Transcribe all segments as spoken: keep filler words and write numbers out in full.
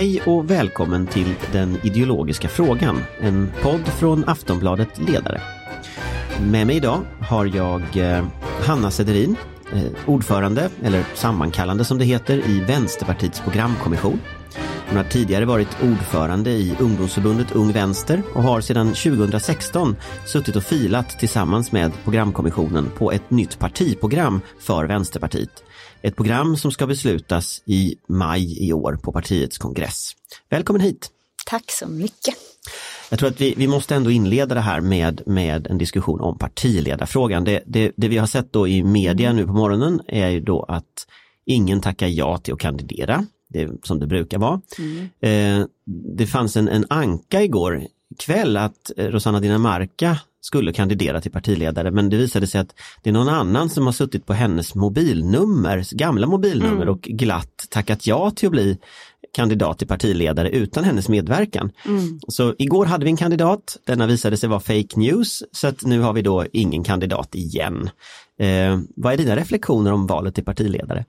Hej och välkommen till Den ideologiska frågan, en podd från Aftonbladet Ledare. Med mig idag har jag eh, Hanna Sederin, eh, ordförande, eller sammankallande som det heter, i Vänsterpartiets programkommission. Hon har tidigare varit ordförande i ungdomsförbundet Ung Vänster och har sedan tjugohundrasexton suttit och filat tillsammans med programkommissionen på ett nytt partiprogram för Vänsterpartiet. Ett program som ska beslutas i maj i år på partiets kongress. Välkommen hit! Tack så mycket! Jag tror att vi, vi måste ändå inleda det här med, med en diskussion om partiledarfrågan. Det, det, det vi har sett då i media nu på morgonen är ju då att ingen tackar ja till att kandidera. Det är som det brukar vara. Mm. Eh, det fanns en, en anka igår kväll att Rosanna Dinamarca skulle kandidera till partiledare, men det visade sig att det är någon annan som har suttit på hennes mobilnummer, gamla mobilnummer mm. och glatt tackat ja till att bli kandidat till partiledare utan hennes medverkan. Mm. Så igår hade vi en kandidat, denna visade sig vara fake news, så att nu har vi då ingen kandidat igen. Eh, vad är dina reflektioner om valet till partiledare?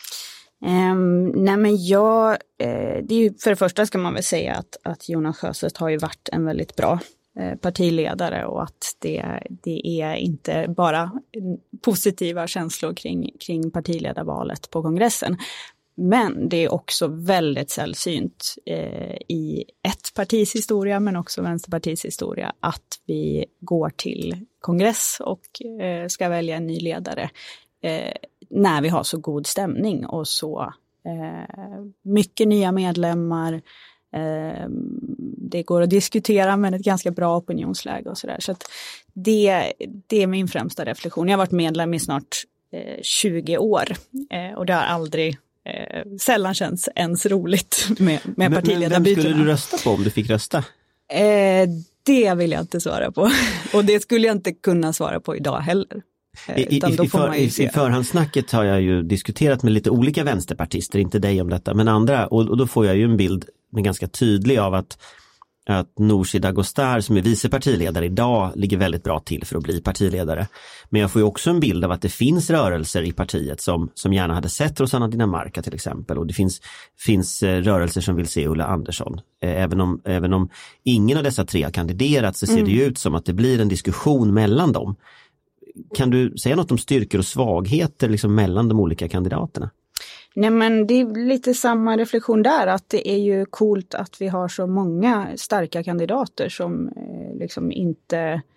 Um, nej men jag, eh, det är ju, för det första ska man väl säga att, att Jonas Sjöstedt har ju varit en väldigt bra eh, partiledare och att det, det är inte bara positiva känslor kring, kring partiledarvalet på kongressen. Men det är också väldigt sällsynt eh, i ett partis historia, men också Vänsterpartiets historia, att vi går till kongress och eh, ska välja en ny ledare eh, när vi har så god stämning och så eh, mycket nya medlemmar. Eh, det går att diskutera med ett ganska bra opinionsläge och sådär. Så att det, det är min främsta reflektion. Jag har varit medlem i snart eh, tjugo år eh, och det har aldrig eh, sällan känts ens roligt med, med partiledarbytena. Men vem skulle du rösta på om du fick rösta? Eh, det vill jag inte svara på. Och det skulle jag inte kunna svara på idag heller. I, i, i, för, i, I förhandssnacket har jag ju diskuterat med lite olika vänsterpartister, inte dig om detta, men andra, och, och då får jag ju en bild med ganska tydlig av att, att Nooshi Dadgostar som är vice partiledare idag ligger väldigt bra till för att bli partiledare. Men jag får ju också en bild av att det finns rörelser i partiet som, som gärna hade sett Rosanna Dinamarca till exempel, och det finns, finns rörelser som vill se Ulla Andersson. Även om, även om ingen av dessa tre har kandiderat så ser mm. det ju ut som att det blir en diskussion mellan dem. Kan du säga något om styrkor och svagheter liksom mellan de olika kandidaterna? Nej, men det är lite samma reflektion där, att det är ju coolt att vi har så många starka kandidater som eh, liksom inte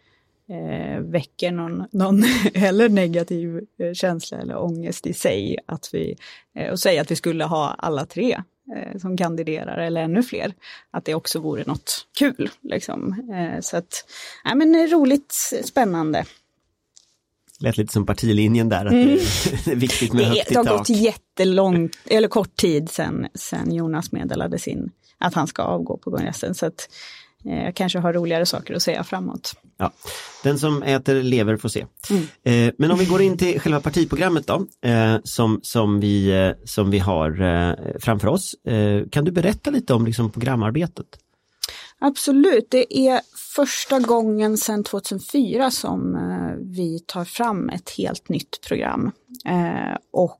eh, väcker någon, någon heller negativ eh, känsla eller ångest i sig, att vi, eh, och säga att vi skulle ha alla tre eh, som kandiderar eller ännu fler, att det också vore något kul liksom. Eh, så att, nej, men roligt, spännande. Lät lite som partilinjen där, att mm. det är viktigt med högt i tak. Det har gått jättelång, eller kort tid sedan, sedan Jonas meddelade sin, att han ska avgå på kongressen, så att eh, jag kanske har roligare saker att säga framåt. Ja, den som äter lever får se. Mm. Eh, men om vi går in till själva partiprogrammet då, eh, som, som, vi, eh, som vi har eh, framför oss. Eh, kan du berätta lite om liksom, programarbetet? Absolut, det är första gången sedan tjugohundrafyra som eh, vi tar fram ett helt nytt program. Eh, och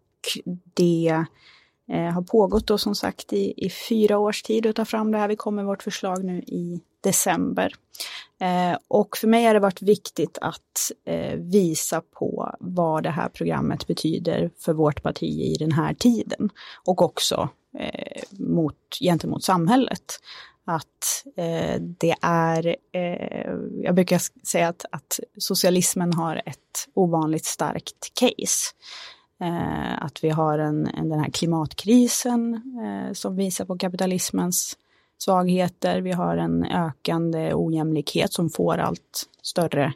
det eh, har pågått då som sagt i, i fyra års tid att ta fram det här. Vi kommer med vårt förslag nu i december. Eh, och för mig har det varit viktigt att eh, visa på vad det här programmet betyder för vårt parti i den här tiden. Och också eh, mot, gentemot samhället. Att eh, det är, eh, jag brukar säga att, att socialismen har ett ovanligt starkt case. Eh, att vi har en, en, den här klimatkrisen eh, som visar på kapitalismens svagheter. Vi har en ökande ojämlikhet som får allt större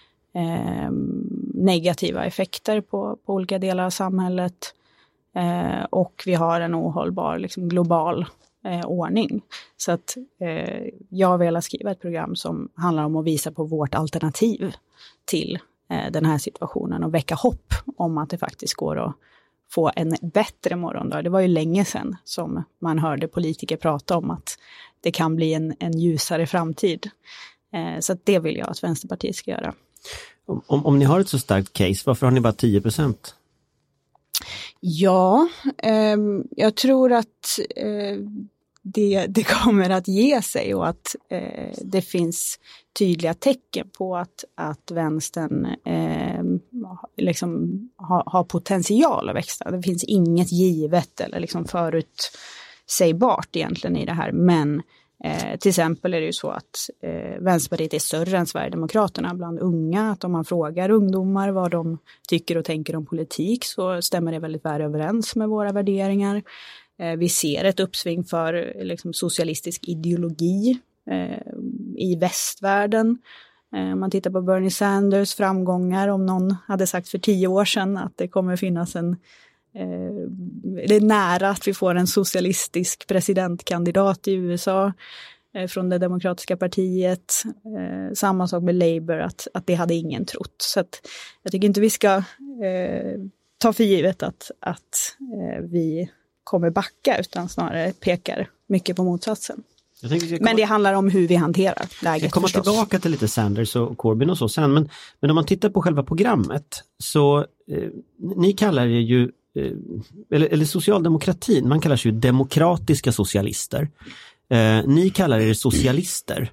eh, negativa effekter på, på olika delar av samhället. Eh, och vi har en ohållbar liksom, global Eh, ordning. Så att eh, jag vill skriva ett program som handlar om att visa på vårt alternativ till eh, den här situationen och väcka hopp om att det faktiskt går att få en bättre morgondag. Det var ju länge sedan som man hörde politiker prata om att det kan bli en, en ljusare framtid. Eh, så att det vill jag att Vänsterpartiet ska göra. Om, om, om ni har ett så starkt case, varför har ni bara tio procent? Ja, eh, jag tror att eh, det, det kommer att ge sig och att eh, det finns tydliga tecken på att, att vänstern eh, liksom har, har potential att växa. Det finns inget givet eller liksom förutsägbart egentligen i det här, men Eh, till exempel är det ju så att eh, Vänsterpartiet är större än Sverigedemokraterna bland unga. Att om man frågar ungdomar vad de tycker och tänker om politik så stämmer det väldigt väl överens med våra värderingar. Eh, vi ser ett uppsving för liksom, socialistisk ideologi eh, i västvärlden. Eh, om man tittar på Bernie Sanders framgångar, om någon hade sagt för tio år sedan att det kommer finnas en det är nära att vi får en socialistisk presidentkandidat i U S A eh, från det demokratiska partiet. Eh, samma sak med Labour, att, att det hade ingen trott. Så att jag tycker inte vi ska eh, ta för givet att, att eh, vi kommer backa, utan snarare pekar mycket på motsatsen. Jag jag komma... Men det handlar om hur vi hanterar läget. Jag kommer förstås tillbaka till lite Sanders och Corbyn och så sen. Men, men om man tittar på själva programmet så eh, ni kallar det ju Eller, eller socialdemokratin, man kallar sig ju demokratiska socialister. Eh, ni kallar er socialister.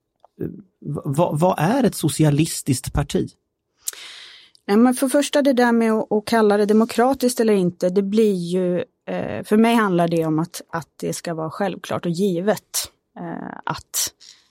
Va, vad är ett socialistiskt parti? Nej, men för första det där med att, att kalla det demokratiskt eller inte, det blir ju, eh, för mig handlar det om att, att det ska vara självklart och givet eh, att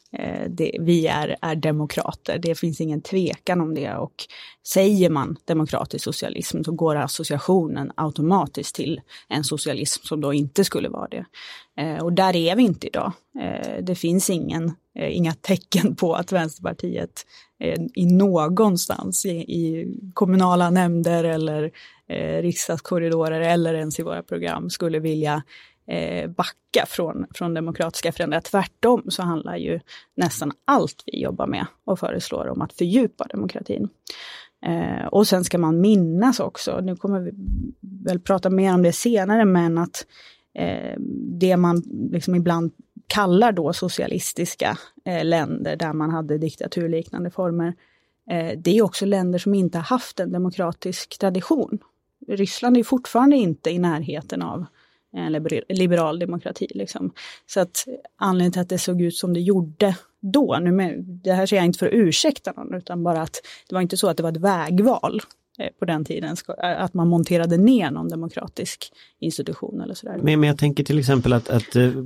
Det, vi är, är demokrater. Det finns ingen tvekan om det, och säger man demokratisk socialism så går associationen automatiskt till en socialism som då inte skulle vara det. Eh, och där är vi inte idag. Eh, det finns ingen, eh, inga tecken på att Vänsterpartiet eh, i någonstans i, i kommunala nämnder eller eh, riksdagskorridorer eller ens i våra program skulle vilja Eh, backa från, från demokratiska förändringar. Tvärtom så handlar ju nästan allt vi jobbar med och föreslår om att fördjupa demokratin. Eh, och sen ska man minnas också, nu kommer vi väl prata mer om det senare, men att eh, det man liksom ibland kallar då socialistiska eh, länder där man hade diktaturliknande former, eh, det är också länder som inte har haft en demokratisk tradition. Ryssland är fortfarande inte i närheten av en liberal demokrati. Liksom. Så att anledningen till att det såg ut som det gjorde då, nu med, det här säger jag inte för att ursäkta någon, utan bara att det var inte så att det var ett vägval eh, på den tiden, att man monterade ner någon demokratisk institution eller sådär. Men, men jag tänker till exempel att, att eh,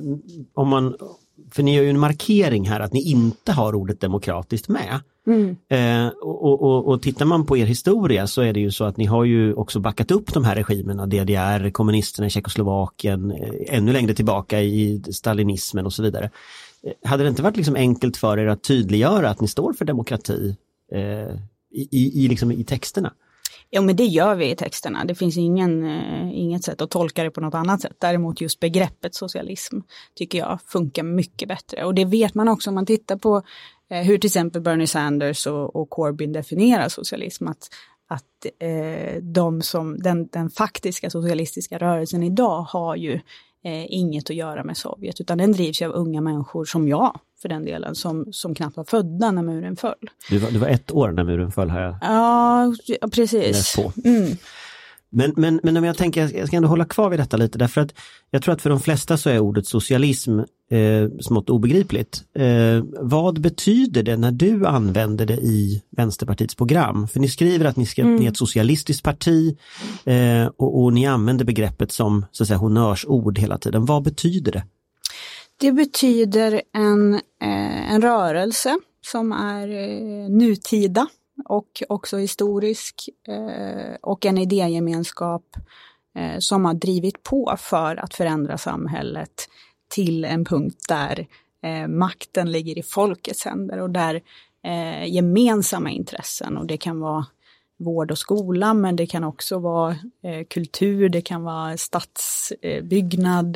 om man, för ni har ju en markering här att ni inte har ordet demokratiskt med. Mm. Eh, och, och, och tittar man på er historia så är det ju så att ni har ju också backat upp de här regimerna, D D R, kommunisterna i Tjeckoslovakien, eh, ännu längre tillbaka i stalinismen och så vidare. Eh, hade det inte varit liksom enkelt för er att tydliggöra att ni står för demokrati eh, i, i, liksom i texterna? Ja, men det gör vi i texterna. Det finns ingen, eh, inget sätt att tolka det på något annat sätt. Däremot just begreppet socialism tycker jag funkar mycket bättre. Och det vet man också om man tittar på eh, hur till exempel Bernie Sanders och, och Corbyn definierar socialism. Att, att eh, de som, den, den faktiska socialistiska rörelsen idag har ju eh, inget att göra med Sovjet. Utan den drivs av unga människor som jag, för den delen, som, som knappt var födda när muren föll. Du var, du var ett år när muren föll, har jag. Ja, precis. Mm. Men, men, men om jag tänker, jag ska ändå hålla kvar vid detta lite, därför att jag tror att för de flesta så är ordet socialism eh, smått obegripligt. Eh, vad betyder det när du använder det i Vänsterpartiets program? För ni skriver att ni, ska, mm. ni är ett socialistiskt parti eh, och, och ni använder begreppet som så att säga honnörsord hela tiden. Vad betyder det? Det betyder en, eh, en rörelse som är eh, nutida och också historisk eh, och en idégemenskap eh, som har drivit på för att förändra samhället till en punkt där eh, makten ligger i folkets händer och där eh, gemensamma intressen, och det kan vara vård och skola, men det kan också vara eh, kultur, det kan vara stadsbyggnad,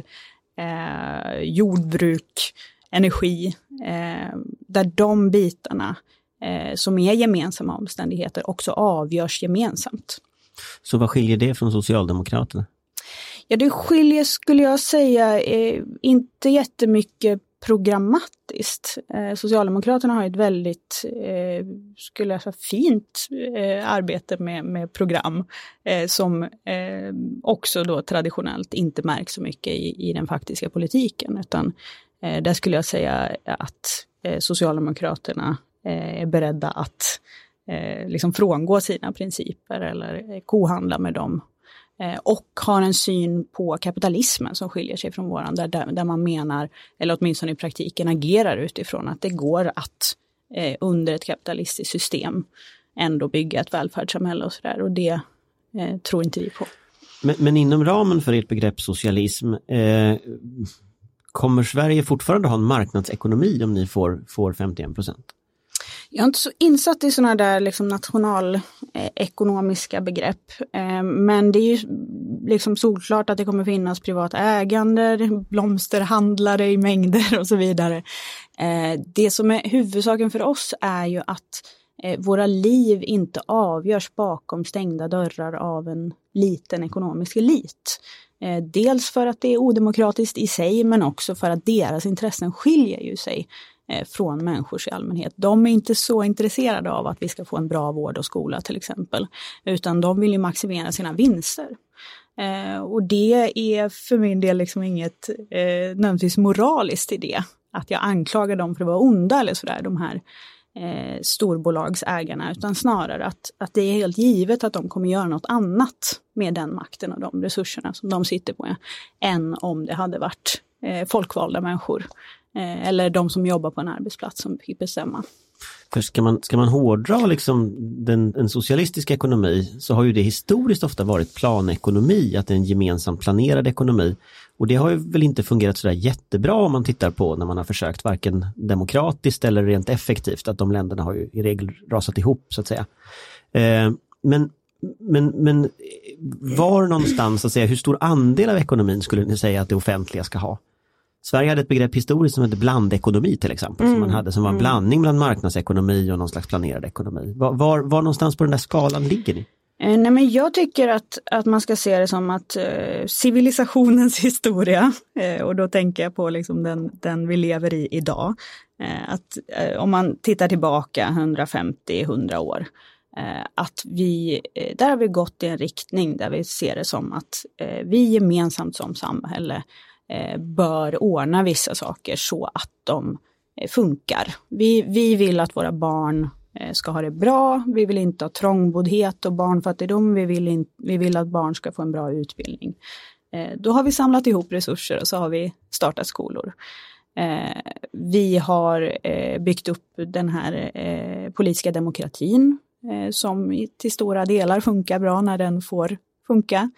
eh, jordbruk, energi, eh, där de bitarna eh, som är gemensamma omständigheter också avgörs gemensamt. Så vad skiljer det från Socialdemokraterna? Ja, det skiljer, skulle jag säga, eh, inte jättemycket programmatiskt. Eh, Socialdemokraterna har ett väldigt, eh, skulle jag säga, fint eh, arbete med, med program eh, som eh, också då traditionellt inte märks så mycket i, i den faktiska politiken, utan eh, där skulle jag säga att eh, Socialdemokraterna eh, är beredda att eh, liksom frångå sina principer eller eh, kohandla med dem. Och har en syn på kapitalismen som skiljer sig från våran, där, där man menar, eller åtminstone i praktiken agerar utifrån att det går att eh, under ett kapitalistiskt system ändå bygga ett välfärdssamhälle och sådär, och det eh, tror inte vi på. Men, men inom ramen för ert begrepp socialism, eh, kommer Sverige fortfarande ha en marknadsekonomi om ni får, får femtioen procent? Jag är inte så insatt i sådana där liksom nationalekonomiska begrepp, eh, men det är ju liksom solklart att det kommer finnas privat ägande, blomsterhandlare i mängder och så vidare. Eh, det som är huvudsaken för oss är ju att eh, våra liv inte avgörs bakom stängda dörrar av en liten ekonomisk elit. Eh, dels för att det är odemokratiskt i sig, men också för att deras intressen skiljer ju sig från människors i allmänhet. De är inte så intresserade av att vi ska få en bra vård och skola till exempel, utan de vill ju maximera sina vinster. Eh, och det är för min del liksom inget eh, nödvändigtvis moraliskt i det, att jag anklagar dem för att vara onda eller sådär, de här eh, storbolagsägarna, utan snarare att, att det är helt givet att de kommer göra något annat med den makten och de resurserna som de sitter på, än om det hade varit eh, folkvalda människor eller de som jobbar på en arbetsplats som fick bestämma. För ska man, ska man hårdra liksom den, en socialistisk ekonomi, så har ju det historiskt ofta varit planekonomi, att det är en gemensamt planerad ekonomi. Och det har ju väl inte fungerat sådär jättebra om man tittar på när man har försökt varken demokratiskt eller rent effektivt, att de länderna har ju i regel rasat ihop så att säga. Eh, men, men, men var någonstans, så att säga, hur stor andel av ekonomin skulle ni säga att det offentliga ska ha? Sverige hade ett begrepp historiskt som hette blandekonomi till exempel, mm. som man hade, som var en blandning bland marknadsekonomi och någon slags planerad ekonomi. Var, var, var någonstans på den där skalan ligger ni? Eh, nej men jag tycker att, att man ska se det som att eh, civilisationens historia, eh, och då tänker jag på liksom den, den vi lever i idag, eh, att eh, om man tittar tillbaka hundrafemtio till hundra år, eh, att vi, eh, där har vi gått i en riktning där vi ser det som att eh, vi gemensamt som samhälle bör ordna vissa saker så att de funkar. Vi, vi vill att våra barn ska ha det bra. Vi vill inte ha trångboddhet och barnfattigdom. Vi vill, in, vi vill att barn ska få en bra utbildning. Då har vi samlat ihop resurser och så har vi startat skolor. Vi har byggt upp den här politiska demokratin som till stora delar funkar bra när den får funka.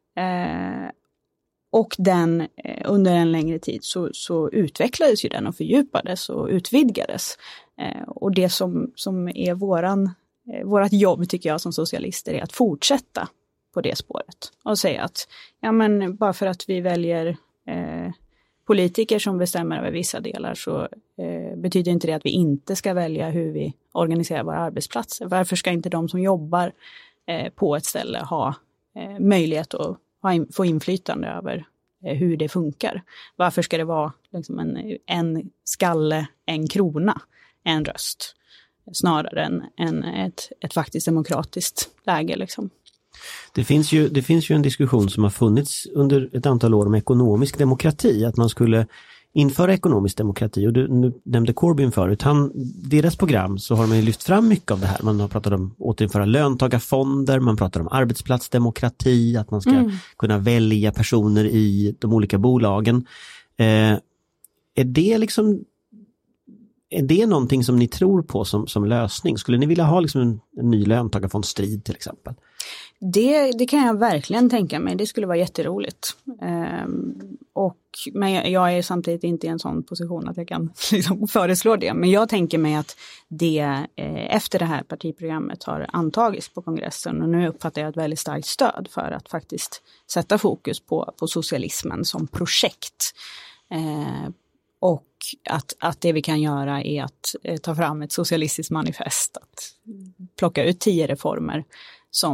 Och den, under en längre tid så, så utvecklades ju den och fördjupades och utvidgades. Eh, och det som, som är våran, eh, vårat jobb tycker jag som socialister är att fortsätta på det spåret. Och säga att ja, men bara för att vi väljer eh, politiker som bestämmer över vissa delar så eh, betyder inte det att vi inte ska välja hur vi organiserar våra arbetsplatser. Varför ska inte de som jobbar eh, på ett ställe ha eh, möjlighet att få inflytande över hur det funkar? Varför ska det vara liksom en, en skalle, en krona, en röst? Snarare än, än ett, ett faktiskt demokratiskt läge. Liksom. Det finns ju, det finns ju en diskussion som har funnits under ett antal år om ekonomisk demokrati. Att man skulle införa ekonomisk demokrati. Och du nu nämnde Corbyn förut. Han, deras program så har man ju lyft fram mycket av det här. Man har pratat om återinföra löntagarfonder. Man pratar om arbetsplatsdemokrati. Att man ska mm. kunna välja personer i de olika bolagen. Eh, är det liksom... Är det någonting som ni tror på som, som lösning? Skulle ni vilja ha liksom en, en ny löntagarfondstrid till exempel? Det, det kan jag verkligen tänka mig. Det skulle vara jätteroligt. Um, och, men jag, jag är samtidigt inte i en sån position att jag kan liksom föreslå det. Men jag tänker mig att det eh, efter det här partiprogrammet har antagits på kongressen. Och nu uppfattar jag ett väldigt starkt stöd för att faktiskt sätta fokus på, på socialismen som projekt. Eh, Och att, att det vi kan göra är att eh, ta fram ett socialistiskt manifest. Att plocka ut tio reformer som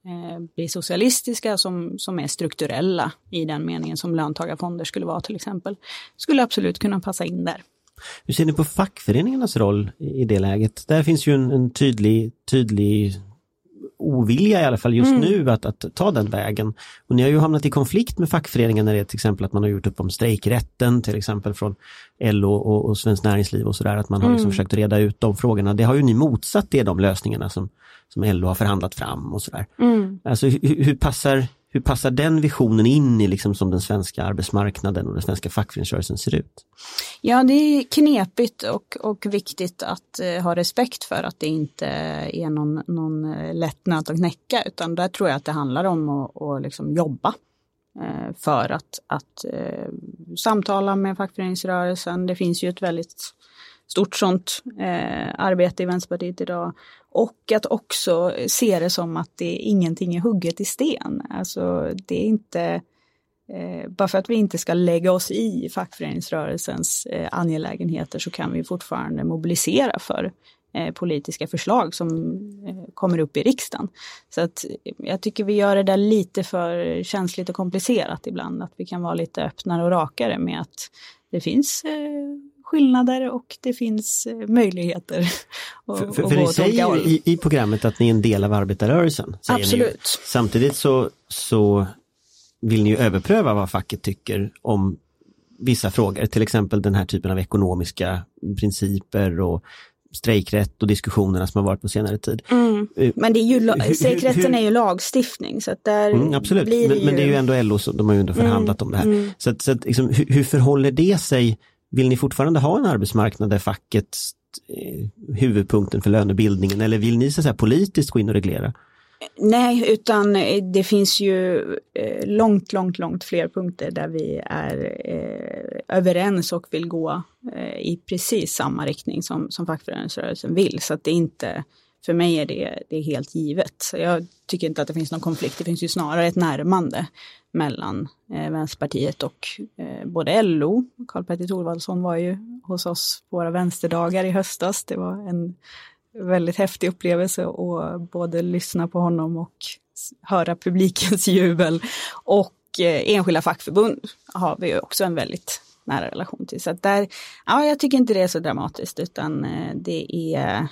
eh, blir socialistiska, som, som är strukturella i den meningen som löntagarfonder skulle vara till exempel, skulle absolut kunna passa in där. Hur ser ni på fackföreningarnas roll i det läget? Där finns ju en, en tydlig, tydlig ovilja i alla fall just mm. nu att, att ta den vägen. Och ni har ju hamnat i konflikt med fackföreningar när det är till exempel att man har gjort upp om strejkrätten till exempel från L O och, och Svenskt Näringsliv och sådär, att man har liksom mm. försökt reda ut de frågorna. Det har ju ni motsatt er, de lösningarna som, som L O har förhandlat fram och sådär. Mm. Alltså hur, hur passar Hur passar den visionen in i liksom som den svenska arbetsmarknaden och den svenska fackföreningsrörelsen ser ut? Ja, det är knepigt och, och viktigt att eh, ha respekt för att det inte är någon, någon lätt nöt att knäcka, utan där tror jag att det handlar om att, att liksom jobba eh, för att, att eh, samtala med fackföreningsrörelsen. Det finns ju ett väldigt stort sånt eh, arbete i Vänsterpartiet idag. Och att också se det som att det ingenting är hugget i sten. Alltså det är inte, eh, bara för att vi inte ska lägga oss i fackföreningsrörelsens eh, angelägenheter, så kan vi fortfarande mobilisera för eh, politiska förslag som eh, kommer upp i riksdagen. Så att jag tycker vi gör det där lite för känsligt och komplicerat ibland. Att vi kan vara lite öppnare och rakare med att det finns eh, skillnader och det finns möjligheter. Och, för för, för ni säger i, i programmet att ni är en del av arbetarrörelsen. Absolut. Ni. Samtidigt så, så vill ni ju överpröva vad facket tycker om vissa frågor. Till exempel den här typen av ekonomiska principer och strejkrätt och diskussionerna som har varit på senare tid. Mm. Men det är ju, strejkrätten är ju lagstiftning. Så att där mm, absolut, blir det men, ju... men det är ju ändå L O, de har ju ändå förhandlat mm, om det här. Mm. Så, att, så att, liksom, hur, hur förhåller det sig? Vill ni fortfarande ha en arbetsmarknad där facket eh, huvudpunkten för lönebildningen, eller vill ni så att säga politiskt gå in och reglera? Nej, utan det finns ju eh, långt, långt, långt fler punkter där vi är eh, överens och vill gå eh, i precis samma riktning som, som fackföreningsrörelsen vill. Så att det inte, för mig är det, det är helt givet. Så jag tycker inte att det finns någon konflikt. Det finns ju snarare ett närmande mellan eh, Vänsterpartiet och eh, både L O. Karl-Petter Thorwaldsson var ju hos oss på våra vänsterdagar i höstas. Det var en väldigt häftig upplevelse att både lyssna på honom och höra publikens jubel. Och eh, enskilda fackförbund har vi ju också en väldigt nära relation till. Så att där, ja, jag tycker inte det är så dramatiskt, utan eh, det är...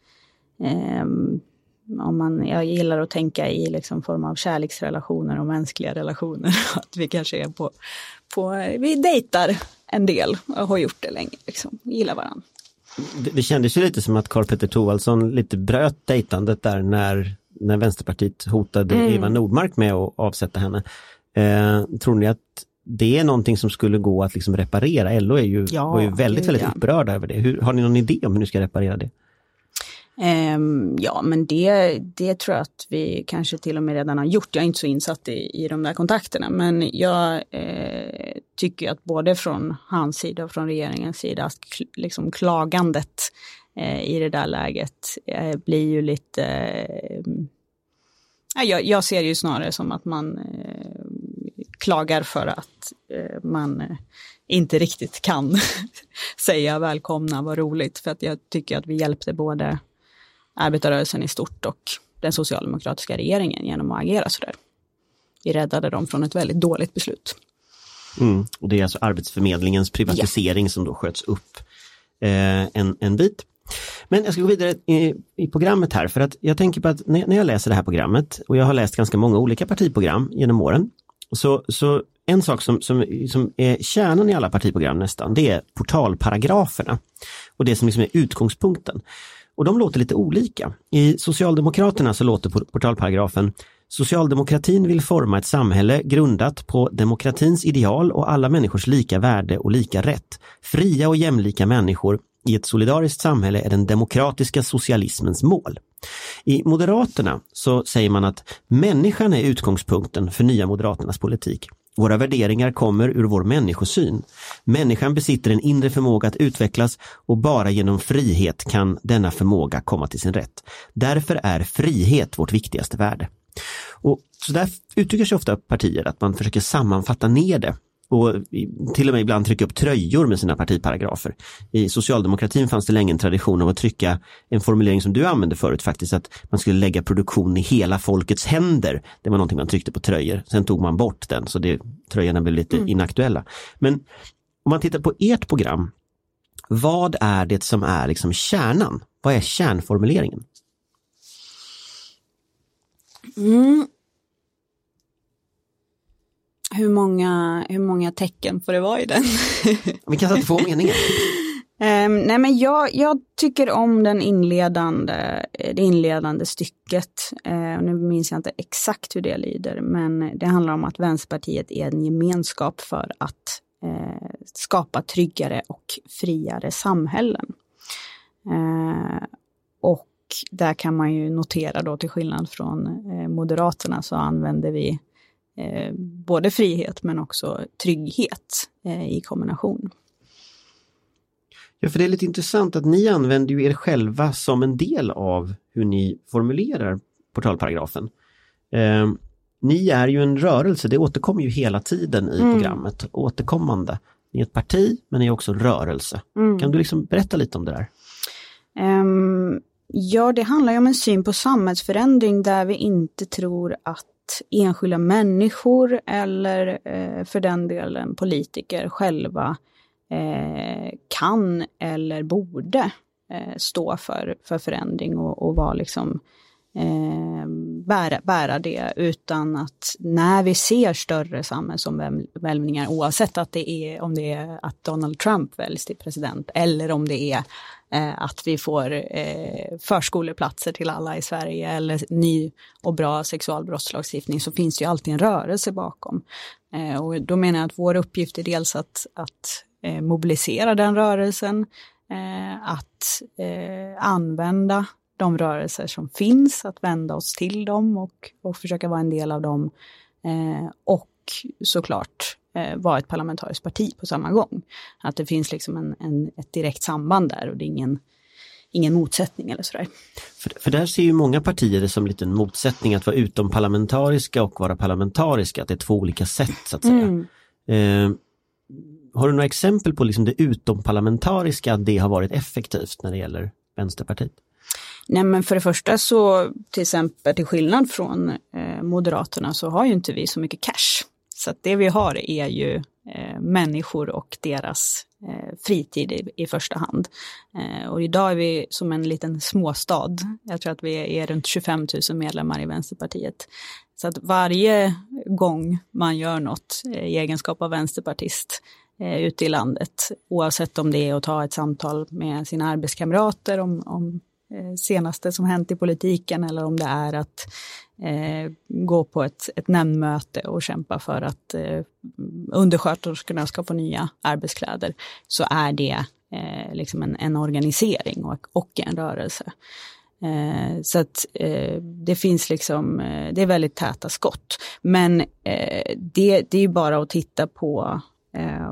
Eh, om man, jag gillar att tänka i liksom form av kärleksrelationer och mänskliga relationer, att vi kanske är på, på vi dejtar en del och har gjort det länge, liksom, gillar varandra. Det, det kändes ju lite som att Karl-Petter Thorwaldsson lite bröt dejtandet där när, när Vänsterpartiet hotade mm. Eva Nordmark med att avsätta henne. Eh, tror ni att det är någonting som skulle gå att liksom reparera? L O är ju, ja, var ju väldigt, väldigt ja. upprörda över det. Hur, har ni någon idé om hur ni ska reparera det? Um, ja, men det, det tror jag att vi kanske till och med redan har gjort. Jag är inte så insatt i, i de där kontakterna, men jag eh, tycker att både från hans sida och från regeringens sida att liksom klagandet eh, i det där läget eh, blir ju lite... Eh, jag, jag ser ju snarare som att man eh, klagar för att eh, man eh, inte riktigt kan säga välkomna, vad roligt. För att jag tycker att vi hjälpte både arbetarrörelsen i stort och den socialdemokratiska regeringen genom att agera så där. Vi räddade dem från ett väldigt dåligt beslut. Mm, och det är alltså Arbetsförmedlingens privatisering ja. som då sköts upp eh, en, en bit. Men jag ska gå vidare i, i programmet här, för att jag tänker på att när, när jag läser det här programmet, och jag har läst ganska många olika partiprogram genom åren, så, så en sak som, som, som är kärnan i alla partiprogram nästan, det är portalparagraferna och det som liksom är utgångspunkten. Och de låter lite olika. I Socialdemokraterna så låter portalparagrafen: socialdemokratin vill forma ett samhälle grundat på demokratins ideal och alla människors lika värde och lika rätt. Fria och jämlika människor i ett solidariskt samhälle är den demokratiska socialismens mål. I Moderaterna så säger man att människan är utgångspunkten för nya Moderaternas politik. Våra värderingar kommer ur vår människosyn. Människan besitter en inre förmåga att utvecklas och bara genom frihet kan denna förmåga komma till sin rätt. Därför är frihet vårt viktigaste värde. Och så där uttrycker sig ofta partier att man försöker sammanfatta ner det och till och med ibland trycka upp tröjor med sina partiparagrafer. I socialdemokratin fanns det länge en tradition av att trycka en formulering som du använde förut faktiskt, att man skulle lägga produktion i hela folkets händer. Det var någonting man tryckte på tröjor. Sen tog man bort den så det, tröjorna blev lite mm. inaktuella. Men om man tittar på ert program, vad är det som är liksom kärnan? Vad är kärnformuleringen? Mm. Hur många, hur många tecken får det vara i den? Vi kan sätta två meningar. um, nej men jag, jag tycker om den inledande, det inledande stycket. Uh, nu minns jag inte exakt hur det lyder, men det handlar om att Vänsterpartiet är en gemenskap för att uh, skapa tryggare och friare samhällen. Uh, och där kan man ju notera då, till skillnad från uh, Moderaterna, så använder vi Eh, både frihet men också trygghet eh, i kombination. Ja, för det är lite intressant att ni använder ju er själva som en del av hur ni formulerar portalparagrafen. Eh, ni är ju en rörelse, det återkommer ju hela tiden i mm. programmet, återkommande. Ni är ett parti, men ni är också en rörelse. Mm. Kan du liksom berätta lite om det där? Um, ja, det handlar ju om en syn på samhällsförändring där vi inte tror att enskilda människor eller eh, för den delen politiker själva eh, kan eller borde eh, stå för, för förändring och, och vara liksom eh, bära, bära det, utan att när vi ser större samhällsomvälvningar, oavsett att det är, om det är att Donald Trump väljs till president eller om det är eh, att vi får eh, förskoleplatser till alla i Sverige eller ny och bra sexualbrottslagstiftning, så finns det ju alltid en rörelse bakom. Eh, och då menar jag att vår uppgift är dels att, att eh, mobilisera den rörelsen, eh, att eh, använda de rörelser som finns, att vända oss till dem och, och försöka vara en del av dem, eh, och såklart eh, vara ett parlamentariskt parti på samma gång. Att det finns liksom en, en, ett direkt samband där och det är ingen, ingen motsättning eller sådär. För, för där ser ju många partier det som lite en motsättning att vara utomparlamentariska och vara parlamentariska, att det är två olika sätt så att säga. Mm. Eh, har du några exempel på liksom det utomparlamentariska, att det har varit effektivt när det gäller Vänsterpartiet? Nej, men för det första så, till exempel till skillnad från eh, Moderaterna, så har ju inte vi så mycket cash. Så att det vi har är ju eh, människor och deras eh, fritid i, i första hand. Eh, och idag är vi som en liten småstad. Jag tror att vi är, är runt tjugofem tusen medlemmar i Vänsterpartiet. Så att varje gång man gör något eh, i egenskap av vänsterpartist eh, ute i landet, oavsett om det är att ta ett samtal med sina arbetskamrater om, om senaste som hänt i politiken eller om det är att eh, gå på ett, ett nämndmöte och kämpa för att eh, undersköterskorna ska få nya arbetskläder, så är det eh, liksom en, en organisering och, och en rörelse. Eh, så att eh, det finns liksom, eh, det är väldigt täta skott. Men eh, det, det är ju bara att titta på eh,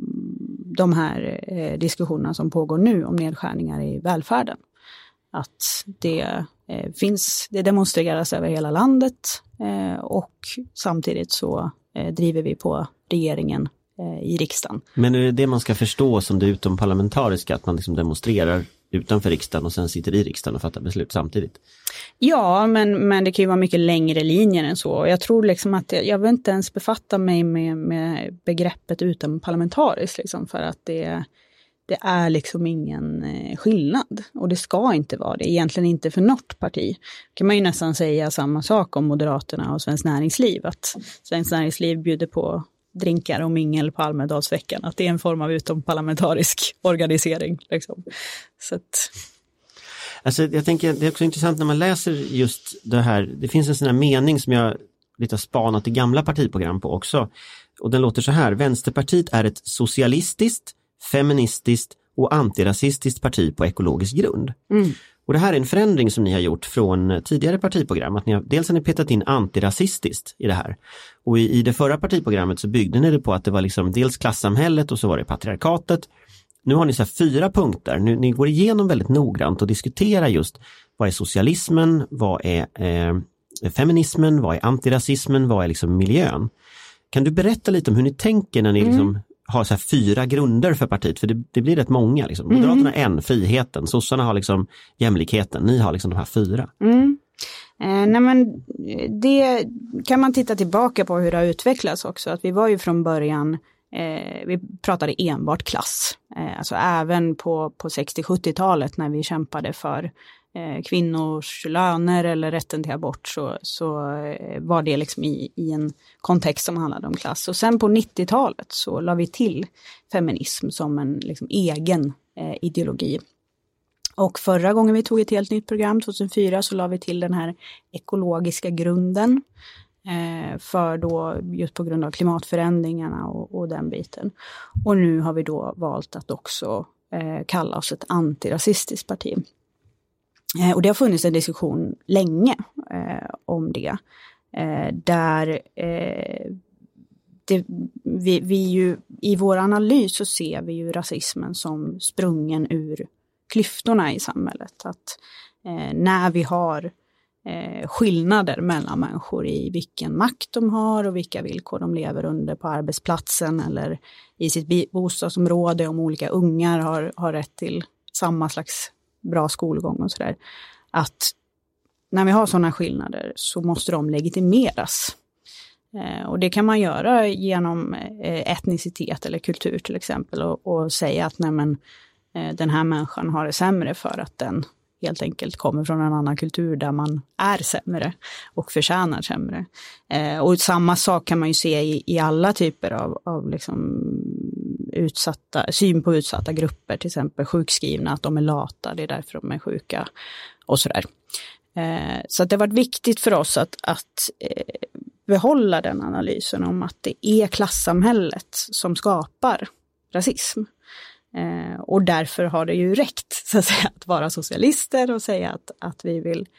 de här eh, diskussionerna som pågår nu om nedskärningar i välfärden. Att det eh, finns, det demonstreras över hela landet eh, och samtidigt så eh, driver vi på regeringen eh, i riksdagen. Men är det det man ska förstå som det utomparlamentariska, att man liksom demonstrerar utanför riksdagen och sen sitter i riksdagen och fattar beslut samtidigt? Ja, men, men det kan ju vara mycket längre linjer än så. Jag tror liksom att jag, jag vill inte ens befatta mig med, med begreppet utomparlamentariskt liksom, för att det Det är liksom ingen skillnad och det ska inte vara det, egentligen inte för något parti. Kan man ju nästan säga samma sak om Moderaterna och Svenskt Näringsliv, att Svenskt Näringsliv bjuder på drinkar och mingel på Almedalsveckan, att det är en form av utomparlamentarisk organisering. Liksom. Så att... Alltså, jag tänker, det är också intressant när man läser just det här, det finns en sån här mening som jag lite har spanat i gamla partiprogram på också, och den låter så här: Vänsterpartiet är ett socialistiskt, feministiskt och antirasistiskt parti på ekologisk grund. Mm. Och det här är en förändring som ni har gjort från tidigare partiprogram. Att ni har, dels har ni petat in antirasistiskt i det här. Och i, i det förra partiprogrammet så byggde ni det på att det var liksom dels klassamhället och så var det patriarkatet. Nu har ni så här fyra punkter. Nu, ni går igenom väldigt noggrant och diskuterar just vad är socialismen, vad är eh, feminismen, vad är antirasismen, vad är liksom miljön. Kan du berätta lite om hur ni tänker när ni mm. liksom har så här fyra grunder för partiet? För det, det blir rätt många. Liksom. Moderaterna har en, friheten. Sossarna har liksom jämlikheten. Ni har liksom de här fyra. Mm. Eh, nej men det kan man titta tillbaka på hur det har utvecklats också. Att vi var ju från början, eh, vi pratade enbart klass. Eh, alltså även på, på sextio-sjuttiotalet när vi kämpade för eh, kvinnors löner eller rätten till abort, så, så eh, var det liksom i, i en kontext som handlade om klass. Och sen på nittiotalet så la vi till feminism som en liksom egen eh, ideologi. Och förra gången vi tog ett helt nytt program, tjugohundrafyra, så la vi till den här ekologiska grunden. Eh, för då just på grund av klimatförändringarna och, och den biten. Och nu har vi då valt att också eh, kalla oss ett antirasistiskt parti. Eh, och det har funnits en diskussion länge eh, om det. Eh, där eh, det, vi, vi ju, i vår analys så ser vi ju rasismen som sprungen ur klyftorna i samhället. Att eh, när vi har eh, skillnader mellan människor i vilken makt de har och vilka villkor de lever under på arbetsplatsen eller i sitt bostadsområde, om olika ungar har, har rätt till samma slags bra skolgång och sådär. Att när vi har sådana skillnader så måste de legitimeras. Eh, och det kan man göra genom eh, etnicitet eller kultur till exempel, och, och säga att nej men, den här människan har det sämre för att den helt enkelt kommer från en annan kultur där man är sämre och förtjänar sämre. Eh, och samma sak kan man ju se i, i alla typer av, av liksom utsatta, syn på utsatta grupper, till exempel sjukskrivna, att de är lata, det är därför de är sjuka och sådär. Eh, så att det har varit viktigt för oss att, att eh, behålla den analysen om att det är klassamhället som skapar rasism. Eh, och därför har det ju räckt så att säga, att vara socialister och säga att, att vi vill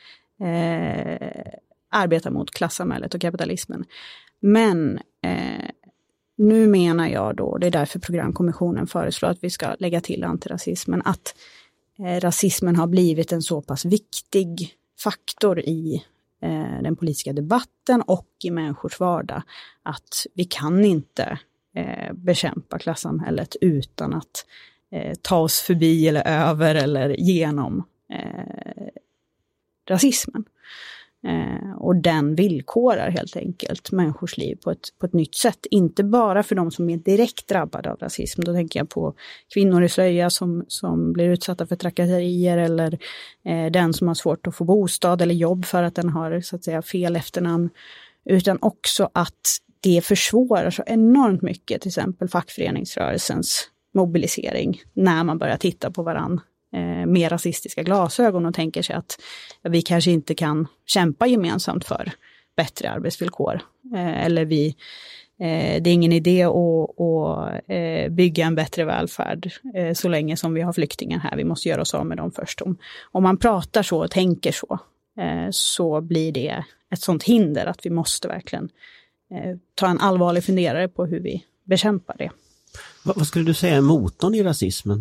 eh, arbeta mot klassamhället och kapitalismen. Men eh, nu menar jag då, det är därför programkommissionen föreslår att vi ska lägga till antirasismen, att eh, rasismen har blivit en så pass viktig faktor i eh, den politiska debatten och i människors vardag att vi kan inte Eh, bekämpa klassamhället utan att eh, ta oss förbi eller över eller genom eh, rasismen. Eh, och den villkorar helt enkelt människors liv på ett, på ett nytt sätt. Inte bara för de som är direkt drabbade av rasism. Då tänker jag på kvinnor i slöja som, som blir utsatta för trakasserier, eller eh, den som har svårt att få bostad eller jobb för att den har så att säga fel efternamn. Utan också att det försvårar så enormt mycket, till exempel fackföreningsrörelsens mobilisering, när man börjar titta på varann eh, med rasistiska glasögon och tänker sig att ja, vi kanske inte kan kämpa gemensamt för bättre arbetsvillkor. Eh, eller vi, eh, det är ingen idé att, att eh, bygga en bättre välfärd eh, så länge som vi har flyktingar här. Vi måste göra oss av med dem först. Om, om man pratar så och tänker så, eh, så blir det ett sånt hinder att vi måste verkligen ta en allvarlig funderare på hur vi bekämpar det. Vad, vad skulle du säga är motorn i rasismen?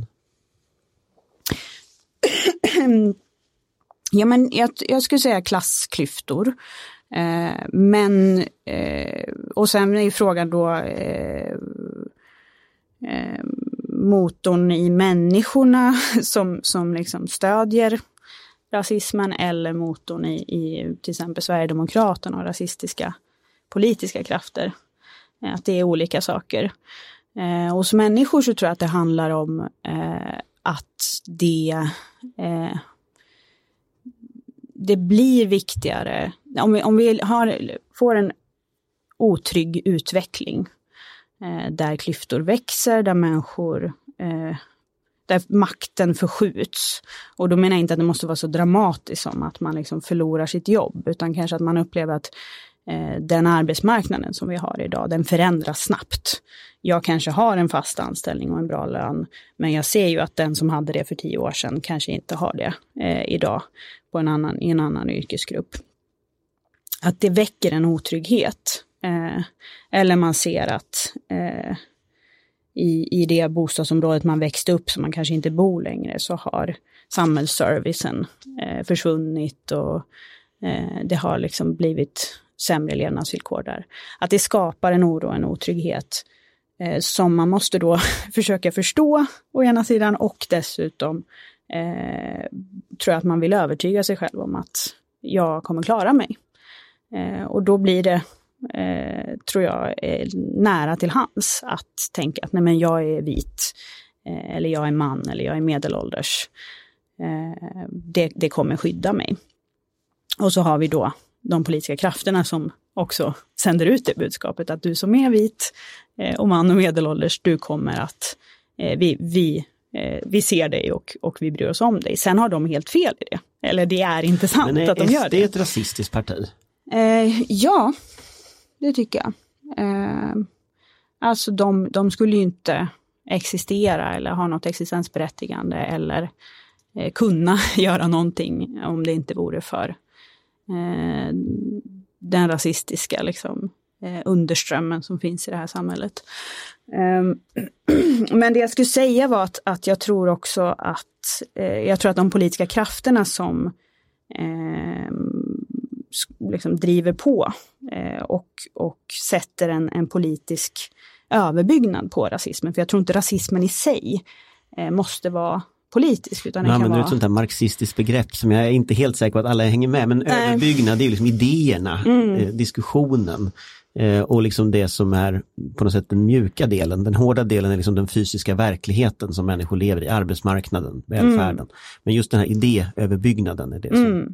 Ja, men jag, jag skulle säga klassklyftor. Eh, men eh, och sen är ju frågan då eh, eh, motorn i människorna som, som liksom stödjer rasismen, eller motorn i, i till exempel Sverigedemokraterna och rasistiska politiska krafter. Att det är olika saker. Eh, hos människor så tror jag att det handlar om eh, att det, eh, det blir viktigare. Om vi, om vi har, får en otrygg utveckling eh, där klyftor växer, där människor eh, där makten förskjuts. Och då menar jag inte att det måste vara så dramatiskt som att man liksom förlorar sitt jobb, utan kanske att man upplever att den arbetsmarknaden som vi har idag, den förändras snabbt. Jag kanske har en fast anställning och en bra lön, men jag ser ju att den som hade det för tio år sedan kanske inte har det eh, idag på en annan, i en annan yrkesgrupp. Att det väcker en otrygghet. Eh, eller man ser att eh, i, i det bostadsområdet man växte upp, som man kanske inte bor längre, så har samhällsservicen eh, försvunnit och eh, det har liksom blivit sämre levnadsvillkor där. Att det skapar en oro och en otrygghet eh, som man måste då försöka förstå å ena sidan, och dessutom eh, tror jag att man vill övertyga sig själv om att jag kommer klara mig. Eh, och då blir det, eh, tror jag, eh, nära till hands att tänka att nej, men jag är vit, eh, eller jag är man, eller jag är medelålders. Eh, det, det kommer skydda mig. Och så har vi då de politiska krafterna som också sänder ut det budskapet att du som är vit eh, och man och medelålders, du kommer att, eh, vi, vi, eh, vi ser dig och, och vi bryr oss om dig. Sen har de helt fel i det. Eller det är inte sant. Men är att de gör det. det är ett rasistiskt parti? Eh, ja, det tycker jag. Eh, alltså de, de skulle ju inte existera eller ha något existensberättigande eller eh, kunna göra någonting om det inte vore för eh, den rasistiska liksom, eh, underströmmen som finns i det här samhället. Eh, men det jag skulle säga var att, att jag tror också att eh, jag tror att de politiska krafterna som eh, liksom driver på eh, och, och sätter en, en politisk överbyggnad på rasismen. För jag tror inte rasismen i sig eh, måste vara politisk. Utan det Man kan använder vara ett sånt här marxistiskt begrepp som jag är inte helt säker på att alla hänger med. Men Nej. överbyggnad, det är ju liksom idéerna, mm. eh, diskussionen. Eh, och liksom det som är på något sätt den mjuka delen. Den hårda delen är liksom den fysiska verkligheten som människor lever i. Arbetsmarknaden, välfärden. Mm. Men just den här idéöverbyggnaden är det som... Mm.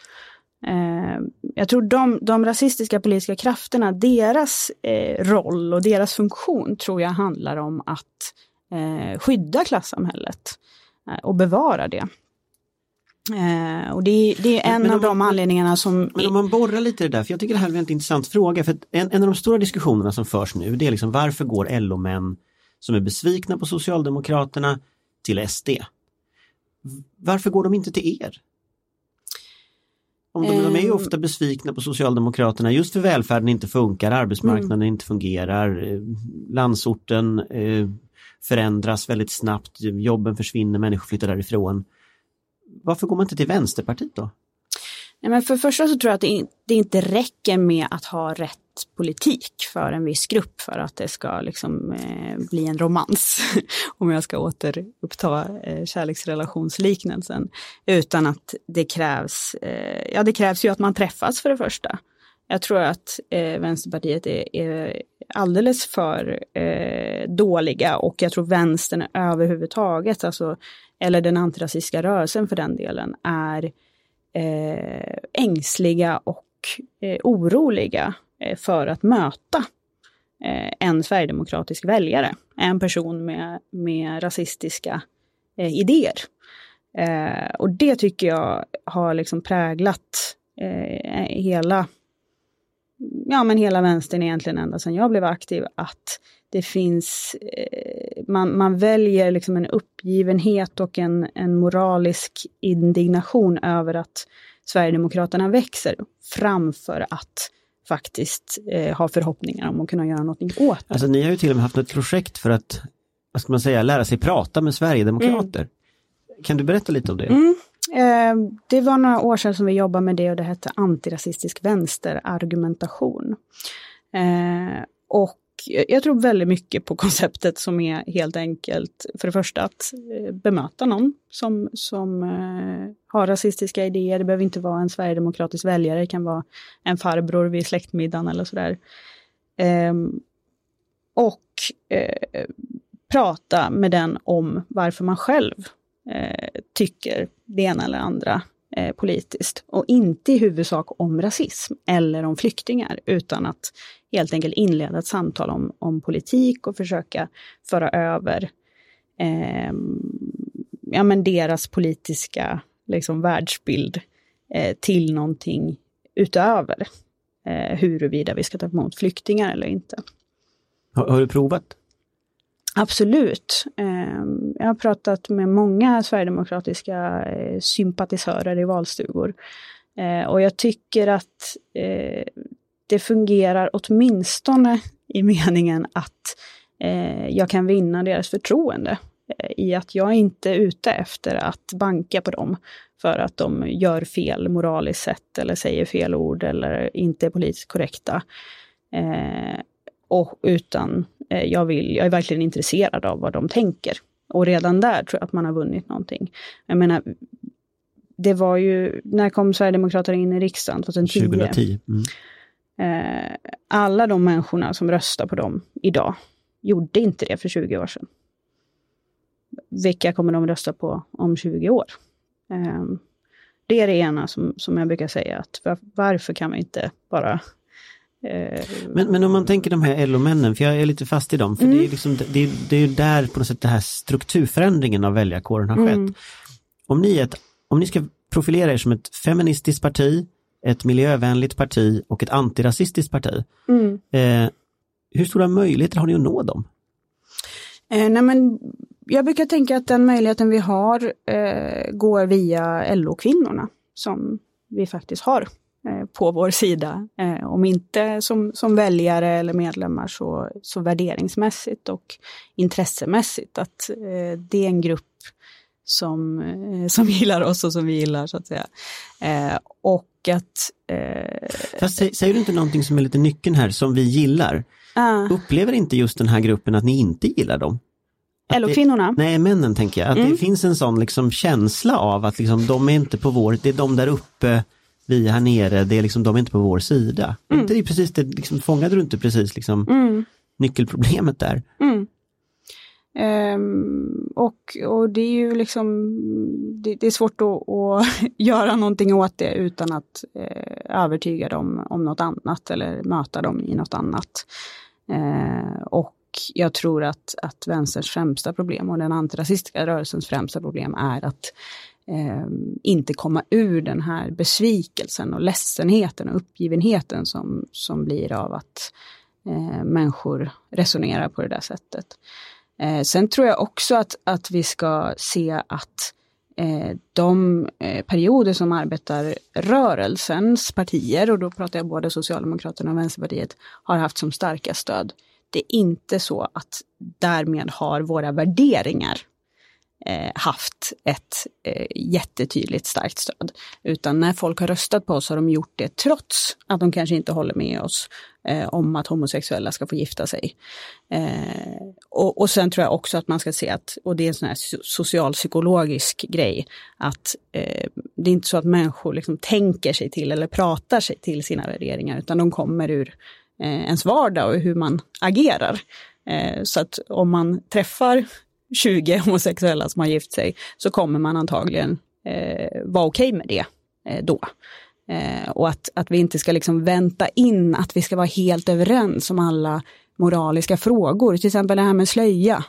Eh, jag tror de, de rasistiska politiska krafterna, deras eh, roll och deras funktion tror jag handlar om att eh, skydda klassamhället eh, och bevara det. Eh, och det, det är en men, av de man, anledningarna som... Men om man borrar lite i det där, för jag tycker det här är en väldigt intressant fråga, för en, en av de stora diskussionerna som förs nu, det är liksom varför går L O-män som är besvikna på Socialdemokraterna till S D? Varför går de inte till er? Om de, de är ju ofta besvikna på Socialdemokraterna just för välfärden inte funkar, arbetsmarknaden mm. inte fungerar, landsorten eh, förändras väldigt snabbt, jobben försvinner, människor flyttar därifrån. Varför går man inte till Vänsterpartiet då? Nej, men för det första så tror jag att det, det inte räcker med att ha rätt politik för en viss grupp för att det ska liksom, eh, bli en romans, om jag ska återuppta eh, kärleksrelationsliknelsen, utan att det krävs, eh, ja det krävs ju att man träffas för det första. Jag tror att eh, Vänsterpartiet är, är alldeles för eh, dåliga, och jag tror vänstern överhuvudtaget, alltså, eller den antirasistiska rörelsen för den delen, är eh, ängsliga och eh, oroliga eh, för att möta eh, en sverigedemokratisk väljare, en person med, med rasistiska eh, idéer. Eh, och det tycker jag har liksom präglat eh, hela ja men hela vänstern egentligen ända sedan jag blev aktiv, att det finns, eh, man, man väljer liksom en uppgivenhet och en, en moralisk indignation över att Sverigedemokraterna växer framför att faktiskt eh, ha förhoppningar om att kunna göra något åt det. Alltså ni har ju till och med haft ett projekt för att, vad ska man säga, lära sig prata med Sverigedemokrater. Mm. Kan du berätta lite om det? Mm. Eh, det var några år sedan som vi jobbade med det, och det hette antirasistisk vänsterargumentation. Eh, och jag tror väldigt mycket på konceptet som är helt enkelt, för det första att eh, bemöta någon som, som eh, har rasistiska idéer. Det behöver inte vara en sverigedemokratisk väljare, det kan vara en farbror vid släktmiddagen eller sådär. Eh, och eh, prata med den om varför man själv eh, tycker det ena eller andra eh, politiskt. Och inte i huvudsak om rasism eller om flyktingar, utan att helt enkelt inleda ett samtal om, om politik och försöka föra över eh, ja, men deras politiska liksom, världsbild eh, till någonting utöver eh, huruvida vi ska ta emot flyktingar eller inte. Har, har du provat? Absolut. Eh, jag har pratat med många sverigedemokratiska eh, sympatisörer i valstugor. Eh, och jag tycker att eh, det fungerar åtminstone i meningen att eh, jag kan vinna deras förtroende. Eh, I att jag inte är ute efter att banka på dem för att de gör fel moraliskt sett eller säger fel ord eller inte är politiskt korrekta. Eh, och utan eh, jag, vill, jag är verkligen intresserad av vad de tänker. Och redan där tror jag att man har vunnit någonting. Jag menar, det var ju, när kom Sverigedemokraterna in i riksdagen? tjugohundratio. tjugohundratio. Mm. Eh, alla de människorna som röstar på dem idag gjorde inte det för tjugo år sedan. Vilka kommer de rösta på om tjugo år? Eh, det är det ena som, som jag brukar säga. Att var, varför kan man inte bara... Eh, men, men om man tänker de här L O-männen, för jag är lite fast i dem. För mm. det är liksom, det, det är ju där på något sätt den här strukturförändringen av väljarkåren har skett. Mm. Om ni, är ett, om ni ska profilera er som ett feministiskt parti, ett miljövänligt parti och ett antirasistiskt parti. Mm. Eh, hur stora möjligheter har ni att nå dem? Eh, nej men, jag brukar tänka att den möjligheten vi har eh, går via L O-kvinnorna som vi faktiskt har eh, på vår sida. Eh, om inte som, som väljare eller medlemmar så, så värderingsmässigt och intressemässigt. Att eh, det är en grupp som, eh, som gillar oss och som vi gillar så att säga. Eh, och att... Eh, Fast sä, säger du inte någonting som är lite nyckeln här som vi gillar? Uh, Upplever inte just den här gruppen att ni inte gillar dem? L O-kvinnorna? Nej, männen tänker jag. Att mm. det finns en sån liksom känsla av att liksom, de är inte på vår... Det är de där uppe, vi här nere, det är liksom, de är inte på vår sida. Mm. Det är precis det, liksom, fångade du inte precis liksom, mm. nyckelproblemet där? Mm. Um, och, och det är ju liksom det, det är svårt att, att göra någonting åt det utan att eh, övertyga dem om något annat eller möta dem i något annat. Eh, och jag tror att, att vänsterns främsta problem och den antirasistiska rörelsens främsta problem är att eh, inte komma ur den här besvikelsen och ledsenheten och uppgivenheten som, som blir av att eh, människor resonerar på det där sättet. Eh, sen tror jag också att, att vi ska se att eh, de eh, perioder som arbetarrörelsens partier, och då pratar jag både Socialdemokraterna och Vänsterpartiet, har haft som starka stöd. Det är inte så att därmed har våra värderingar eh, haft ett eh, jättetydligt starkt stöd. Utan när folk har röstat på oss har de gjort det trots att de kanske inte håller med oss eh, om att homosexuella ska få gifta sig. Eh, och, och sen tror jag också att man ska se att, och det är en sån här socialpsykologisk grej, att eh, det är inte så att människor liksom tänker sig till eller pratar sig till sina värderingar, utan de kommer ur eh, ens vardag och hur man agerar. Eh, så att om man träffar tjugo homosexuella som har gift sig så kommer man antagligen eh, vara okej med det eh, då. Eh, och att, att vi inte ska liksom vänta in att vi ska vara helt överens om alla moraliska frågor. Till exempel det här med slöja.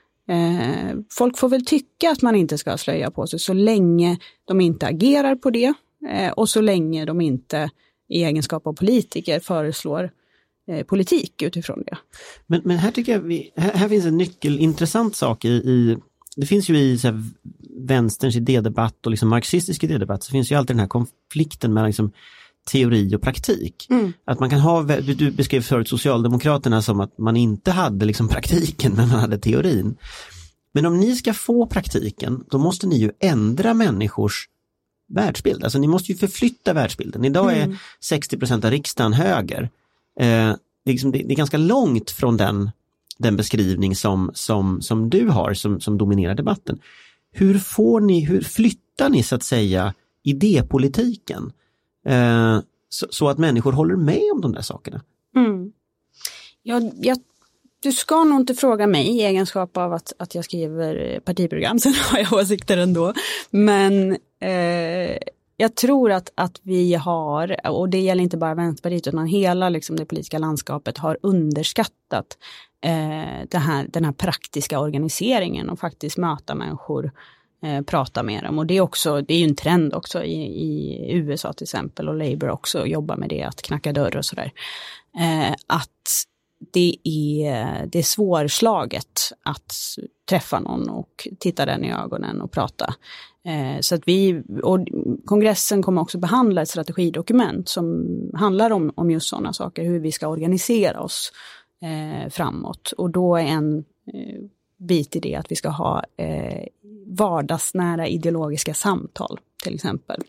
Eh, folk får väl tycka att man inte ska slöja på sig så länge de inte agerar på det eh, och så länge de inte i egenskap av politiker föreslår eh, politik utifrån det. Men, men här tycker jag vi, här, här finns en nyckelintressant sak i, i det finns ju i så här, vänsterns idédebatt och liksom marxistisk idédebatt, så finns ju alltid den här konflikten mellan liksom teori och praktik. Mm. Att man kan ha, du beskrev förut Socialdemokraterna som att man inte hade liksom praktiken men man hade teorin. Men om ni ska få praktiken, då måste ni ju ändra människors världsbild. Alltså ni måste ju förflytta världsbilden. Idag är mm. sextio procent av riksdagen höger. Eh, det, är liksom, det, det är ganska långt från den, den beskrivning som, som, som du har som, som dominerar debatten. Hur får ni, hur flyttar ni så att säga idépolitiken? Eh, så, så att människor håller med om de där sakerna. Mm. Jag, jag, du ska nog inte fråga mig i egenskap av att, att jag skriver partiprogram, sen har jag åsikter ändå. Men eh, jag tror att, att vi har, och det gäller inte bara Vänsterpartiet utan hela liksom, det politiska landskapet har underskattat eh, det här, den här praktiska organiseringen och faktiskt möta människor, Eh, prata med dem. Och det är också, det är ju en trend också i, i U S A till exempel, och Labour också jobbar med det, att knacka dörr och sådär. Eh, att det är, det är svårslaget att träffa någon och titta den i ögonen och prata. Eh, så att vi, och kongressen kommer också behandla ett strategidokument som handlar om, om just sådana saker, hur vi ska organisera oss eh, framåt. Och då är en eh, bit i det att vi ska ha eh, vardagsnära ideologiska samtal till exempel.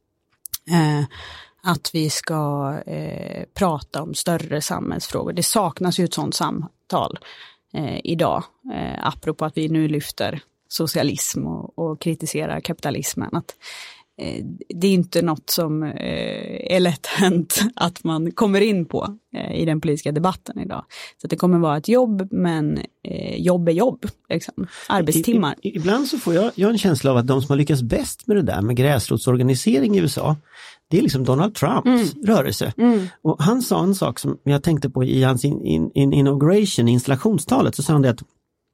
Eh, att vi ska eh, prata om större samhällsfrågor. Det saknas ju ett sådant samtal eh, idag. Eh, apropå att vi nu lyfter socialism och, och kritiserar kapitalismen. Att eh, det är inte något som eh, är lätt hänt att man kommer in på eh, i den politiska debatten idag. Så att det kommer vara ett jobb, men eh, jobb är jobb. Liksom. Arbetstimmar. I, i, ibland så får jag, jag en känsla av att de som har lyckats bäst med det där med gräsrotsorganisering i U S A, det är liksom Donald Trumps mm. rörelse. Mm. Och han sa en sak som jag tänkte på i hans in, in, in inauguration, installationstalet, så sa han det att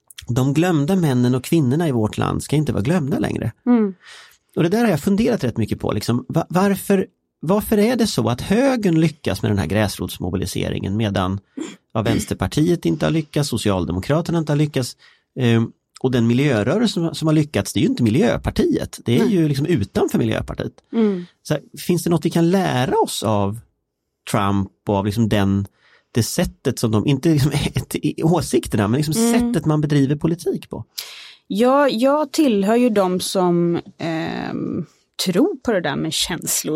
de glömda männen och kvinnorna i vårt land ska inte vara glömda längre. Mm. Och det där har jag funderat rätt mycket på. Liksom, var, varför, varför är det så att högern lyckas med den här gräsrotsmobiliseringen medan ja, Vänsterpartiet inte har lyckats, Socialdemokraterna inte har lyckats, eh, och den miljörörelse som, som har lyckats, det är ju inte Miljöpartiet. Det är mm. ju liksom utanför Miljöpartiet. Mm. Så, finns det något vi kan lära oss av Trump och av liksom den, det sättet som de, inte liksom ett, åsikterna, men liksom mm. sättet man bedriver politik på? Ja, jag tillhör ju de som eh, tror på det där med känslor.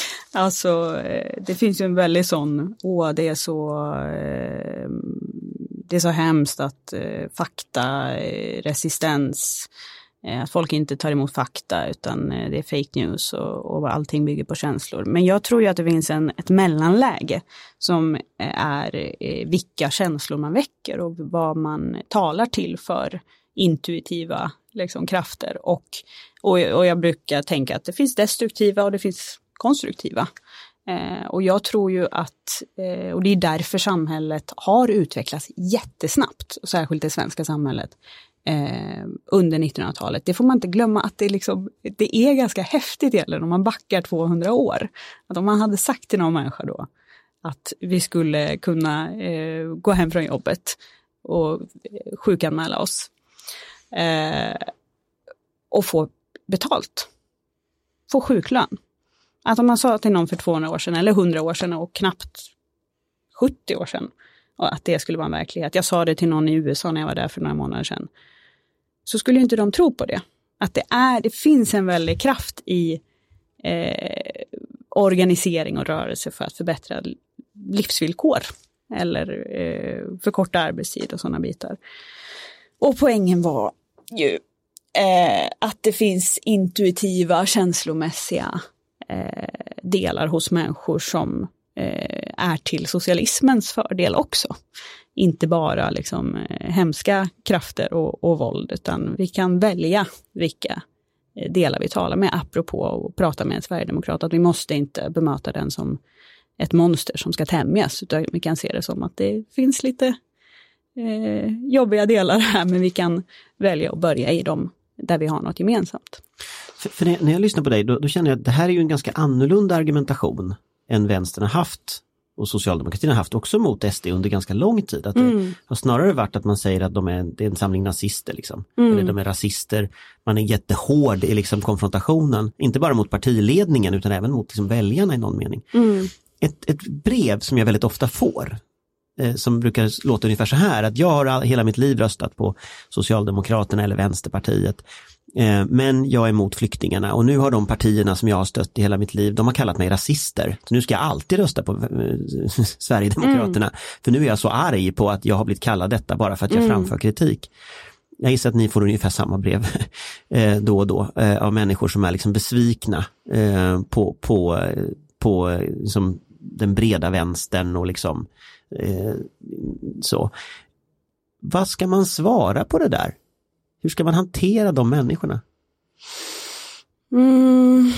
Alltså, eh, det finns ju en väldigt sån, åh det är så... Eh, Det är så hemskt att eh, fakta, eh, resistens, eh, att folk inte tar emot fakta utan eh, det är fake news och, och allting bygger på känslor. Men jag tror ju att det finns en, ett mellanläge som eh, är eh, vilka känslor man väcker och vad man talar till för intuitiva liksom, krafter. Och, och, och jag brukar tänka att det finns destruktiva och det finns konstruktiva. Eh, och jag tror ju att, eh, och det är därför samhället har utvecklats jättesnabbt, särskilt det svenska samhället, eh, under nittonhundratalet. Det får man inte glömma att det, liksom, det är ganska häftigt egentligen om man backar tvåhundra år. Att om man hade sagt till någon människa då att vi skulle kunna eh, gå hem från jobbet och sjukanmäla oss eh, och få betalt, få sjuklön. Att om man sa till någon för tvåhundra år sedan eller hundra år sedan och knappt sjuttio år sedan och att det skulle vara en verklighet. Jag sa det till någon i U S A när jag var där för några månader sedan. Så skulle inte de tro på det. Att det, är, det finns en väldig kraft i eh, organisering och rörelse för att förbättra livsvillkor. Eller eh, förkorta arbetstid och sådana bitar. Och poängen var ju eh, att det finns intuitiva, känslomässiga delar hos människor som eh, är till socialismens fördel också. Inte bara liksom, eh, hemska krafter och, och våld, utan vi kan välja vilka delar vi talar med, apropå att prata med en sverigedemokrat, att vi måste inte bemöta den som ett monster som ska tämjas, utan vi kan se det som att det finns lite eh, jobbiga delar här, men vi kan välja att börja i dem där vi har något gemensamt. För, för när jag lyssnar på dig, då, då känner jag att det här är ju en ganska annorlunda argumentation än vänstern har haft och socialdemokratin har haft också mot S D under ganska lång tid. Att mm. det har snarare varit att man säger att de är, det är en samling nazister liksom. Mm. Eller de är rasister. Man är jättehård i liksom konfrontationen. Inte bara mot partiledningen utan även mot liksom väljarna i någon mening. Mm. Ett, ett brev som jag väldigt ofta får eh, som brukar låta ungefär så här, att jag har all, hela mitt liv röstat på Socialdemokraterna eller Vänsterpartiet. Men jag är emot flyktingarna och nu har de partierna som jag har stött i hela mitt liv, de har kallat mig rasister. Så nu ska jag alltid rösta på Sverigedemokraterna. Mm. För nu är jag så arg på att jag har blivit kallad detta bara för att jag mm. framför kritik. Jag gissar att ni får ungefär samma brev då och då av människor som är liksom besvikna på, på, på liksom den breda vänstern och liksom så. Vad ska man svara på det där? Hur ska man hantera de människorna? Mm.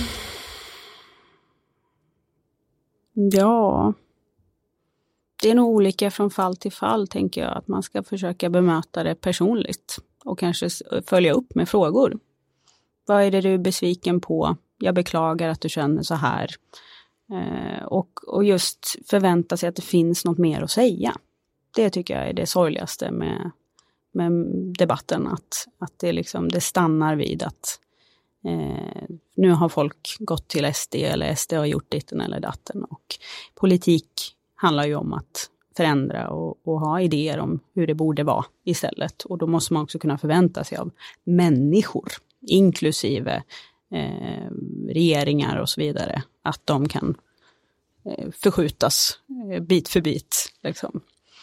Ja. Det är nog olika från fall till fall, tänker jag. Att man ska försöka bemöta det personligt. Och kanske följa upp med frågor. Vad är det du är besviken på? Jag beklagar att du känner så här. Eh, och, och just förvänta sig att det finns något mer att säga. Det tycker jag är det sorgligaste med... med debatten, att, att det, liksom, det stannar vid att eh, nu har folk gått till S D eller S D har gjort ditten eller datten, och politik handlar ju om att förändra och, och ha idéer om hur det borde vara istället, och då måste man också kunna förvänta sig av människor, inklusive eh, regeringar och så vidare, att de kan eh, förskjutas eh, bit för bit liksom.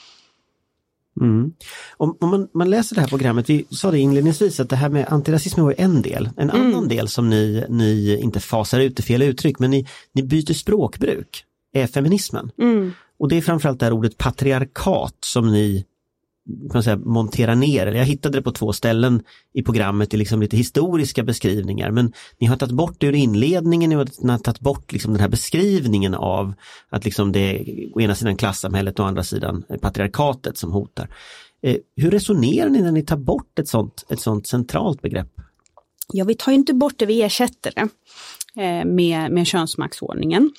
Mm. Om, om man, man läser det här programmet, vi sa det inledningsvis att det här med antirasism var en del. En mm. annan del som ni, ni inte fasar ut, det fel uttryck, men ni, ni byter språkbruk, är feminismen. Mm. Och det är framförallt det här ordet patriarkat som ni kan man säga, monterar ner. Eller jag hittade det på två ställen i programmet i liksom lite historiska beskrivningar, men ni har tagit bort det ur inledningen, ni har tagit bort liksom den här beskrivningen av att liksom det är å ena sidan klassamhället och å andra sidan patriarkatet som hotar. Eh, hur resonerar ni när ni tar bort ett sånt, ett sånt centralt begrepp? Ja, vi tar ju inte bort det, vi ersätter det eh, med, med könsmaktsordningen.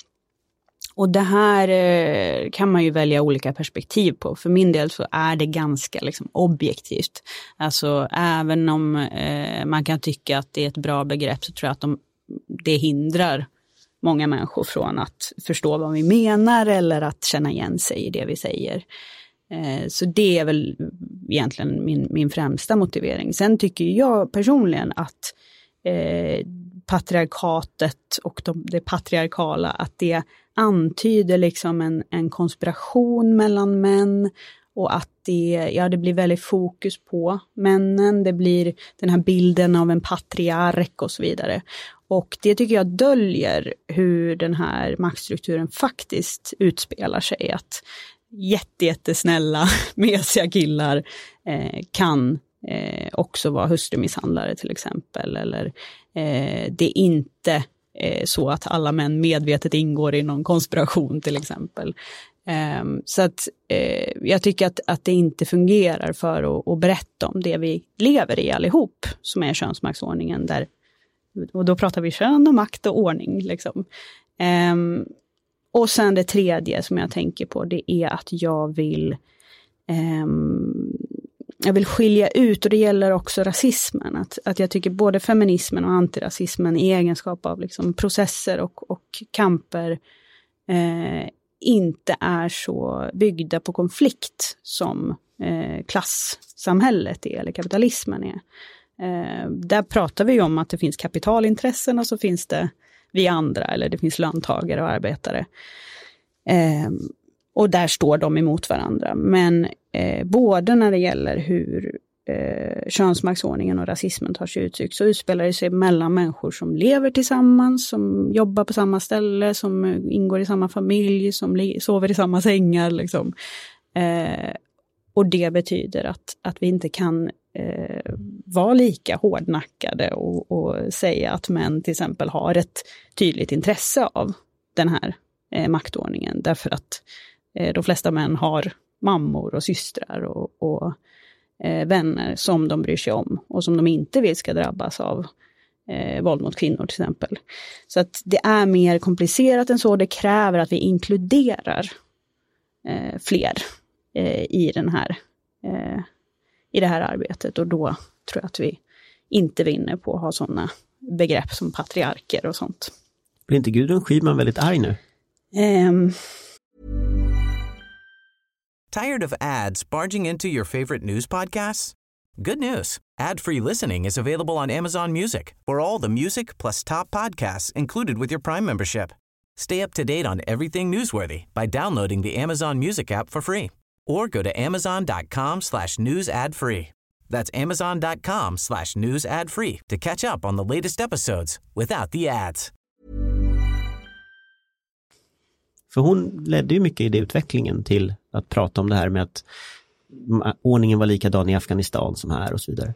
Och det här eh, kan man ju välja olika perspektiv på. För min del så är det ganska liksom, objektivt. Alltså även om eh, man kan tycka att det är ett bra begrepp, så tror jag att de, det hindrar många människor från att förstå vad vi menar eller att känna igen sig i det vi säger. Eh, så det är väl egentligen min, min främsta motivering. Sen tycker jag personligen att eh, patriarkatet och de, det patriarkala, att det antyder liksom en, en konspiration mellan män och att det, ja, det blir väldigt fokus på männen, det blir den här bilden av en patriark och så vidare. Och det tycker jag döljer hur den här maktstrukturen faktiskt utspelar sig, att jätte, jättesnälla mesiga killar eh, kan eh, också vara hustrumisshandlare till exempel, eller eh, det är inte så att alla män medvetet ingår i någon konspiration till exempel. Um, så att uh, jag tycker att, att det inte fungerar för att, att berätta om det vi lever i allihop, som är könsmaktsordningen där, och då pratar vi kön och makt och ordning liksom. Um, och sen det tredje som jag tänker på, det är att jag vill um, Jag vill skilja ut, och det gäller också rasismen, att, att jag tycker både feminismen och antirasismen i egenskap av liksom processer och, och kamper eh, inte är så byggda på konflikt som eh, klassamhället är, eller kapitalismen är. Eh, där pratar vi om att det finns kapitalintressen och så finns det vi andra, eller det finns löntagare och arbetare. Eh, Och där står de emot varandra. Men eh, både när det gäller hur eh, könsmaktsordningen och rasismen tar sig uttryck, så utspelar det sig mellan människor som lever tillsammans, som jobbar på samma ställe, som ingår i samma familj, som le- sover i samma sängar. Liksom. Eh, och det betyder att, att vi inte kan eh, vara lika hårdnackade och, och säga att män till exempel har ett tydligt intresse av den här eh, maktordningen. Därför att de flesta män har mammor och systrar och, och eh, vänner som de bryr sig om och som de inte vill ska drabbas av eh, våld mot kvinnor till exempel. Så att det är mer komplicerat än så. Det kräver att vi inkluderar eh, fler eh, i, den här, eh, i det här arbetet, och då tror jag att vi inte vinner på att ha sådana begrepp som patriarker och sånt. Blir inte Gudrun Schyman väldigt arg nu? Um, Tired of ads barging into your favorite news podcasts? Good news. Ad-free listening is available on Amazon Music for all the music plus top podcasts included with your Prime membership. Stay up to date on everything newsworthy by downloading the Amazon Music app for free or go to amazon.com slash news ad free. That's amazon.com slash news ad free to catch up on the latest episodes without the ads. För hon ledde ju mycket i det utvecklingen till att prata om det här med att ordningen var likadan i Afghanistan som här och så vidare.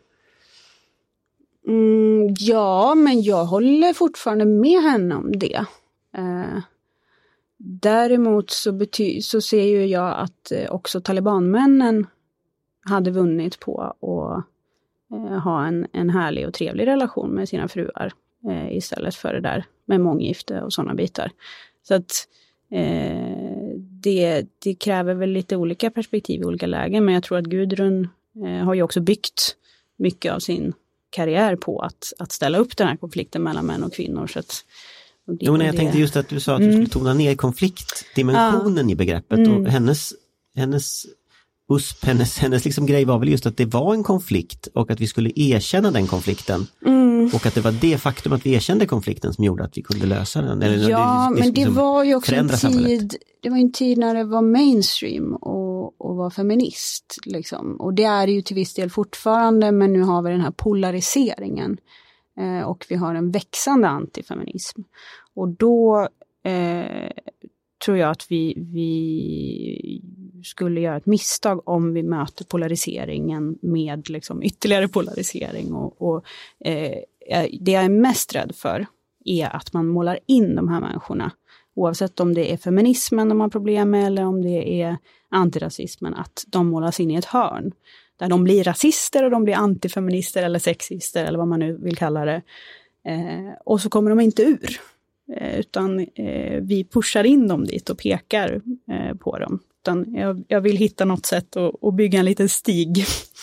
Mm, ja, men jag håller fortfarande med henne om det. Eh, däremot så, bety- så ser ju jag att eh, också talibanmännen hade vunnit på att eh, ha en, en härlig och trevlig relation med sina fruar eh, istället för det där med månggifte och sådana bitar. Så att Eh, det, det kräver väl lite olika perspektiv i olika lägen, men jag tror att Gudrun eh, har ju också byggt mycket av sin karriär på att, att ställa upp den här konflikten mellan män och kvinnor. Så att, och det, jo, nej, jag det... tänkte just att du sa att mm. du skulle tona ner konfliktdimensionen ah. i begreppet mm. och hennes, hennes U S P, hennes, hennes liksom grej var väl just att det var en konflikt och att vi skulle erkänna den konflikten. Mm. Mm. Och att det var det faktum att vi erkände konflikten som gjorde att vi kunde lösa den. Eller, ja, det, det, men det liksom var ju också en tid, samhället. det var en tid när det var mainstream och, och var feminist. Liksom. Och det är det ju till viss del fortfarande, men nu har vi den här polariseringen. Eh, och vi har en växande antifeminism. Och då eh, tror jag att vi, vi skulle göra ett misstag om vi möter polariseringen med liksom ytterligare polarisering. Och, och eh, det jag är mest rädd för är att man målar in de här människorna, oavsett om det är feminismen de har problem med eller om det är antirasismen, att de målas in i ett hörn. Där de blir rasister och de blir antifeminister eller sexister eller vad man nu vill kalla det. Eh, och så kommer de inte ur. Eh, utan eh, vi pushar in dem dit och pekar eh, på dem. Utan jag, jag vill hitta något sätt att, att bygga en liten stig.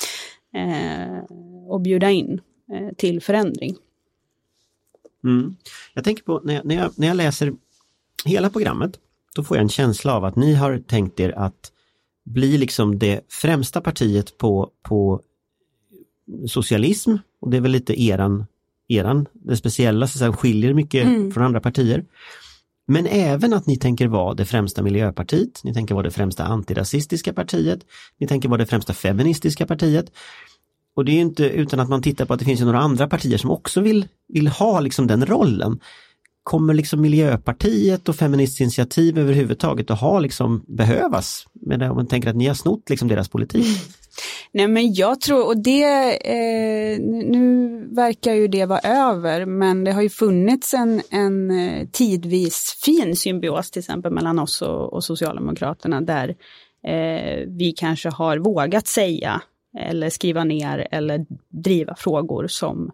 Eh, och bjuda in eh, till förändring. Mm. Jag tänker på, när jag, när, jag, när jag läser hela programmet, då får jag en känsla av att ni har tänkt er att bli liksom det främsta partiet på, på socialism, och det är väl lite eran, eran det speciella, så att skiljer mycket mm. från andra partier. Men även att ni tänker vara det främsta miljöpartiet, ni tänker vara det främsta antirasistiska partiet, ni tänker vara det främsta feministiska partiet. Och det är ju inte utan att man tittar på att det finns ju några andra partier som också vill, vill ha liksom den rollen. Kommer liksom Miljöpartiet och Feministiskt initiativ överhuvudtaget att ha liksom behövas? Men om man tänker att ni har snott liksom deras politik. Mm. Nej, men jag tror, och det eh, nu verkar ju det vara över, men det har ju funnits en, en tidvis fin symbios till exempel mellan oss och, och Socialdemokraterna, där eh, vi kanske har vågat säga eller skriva ner eller driva frågor som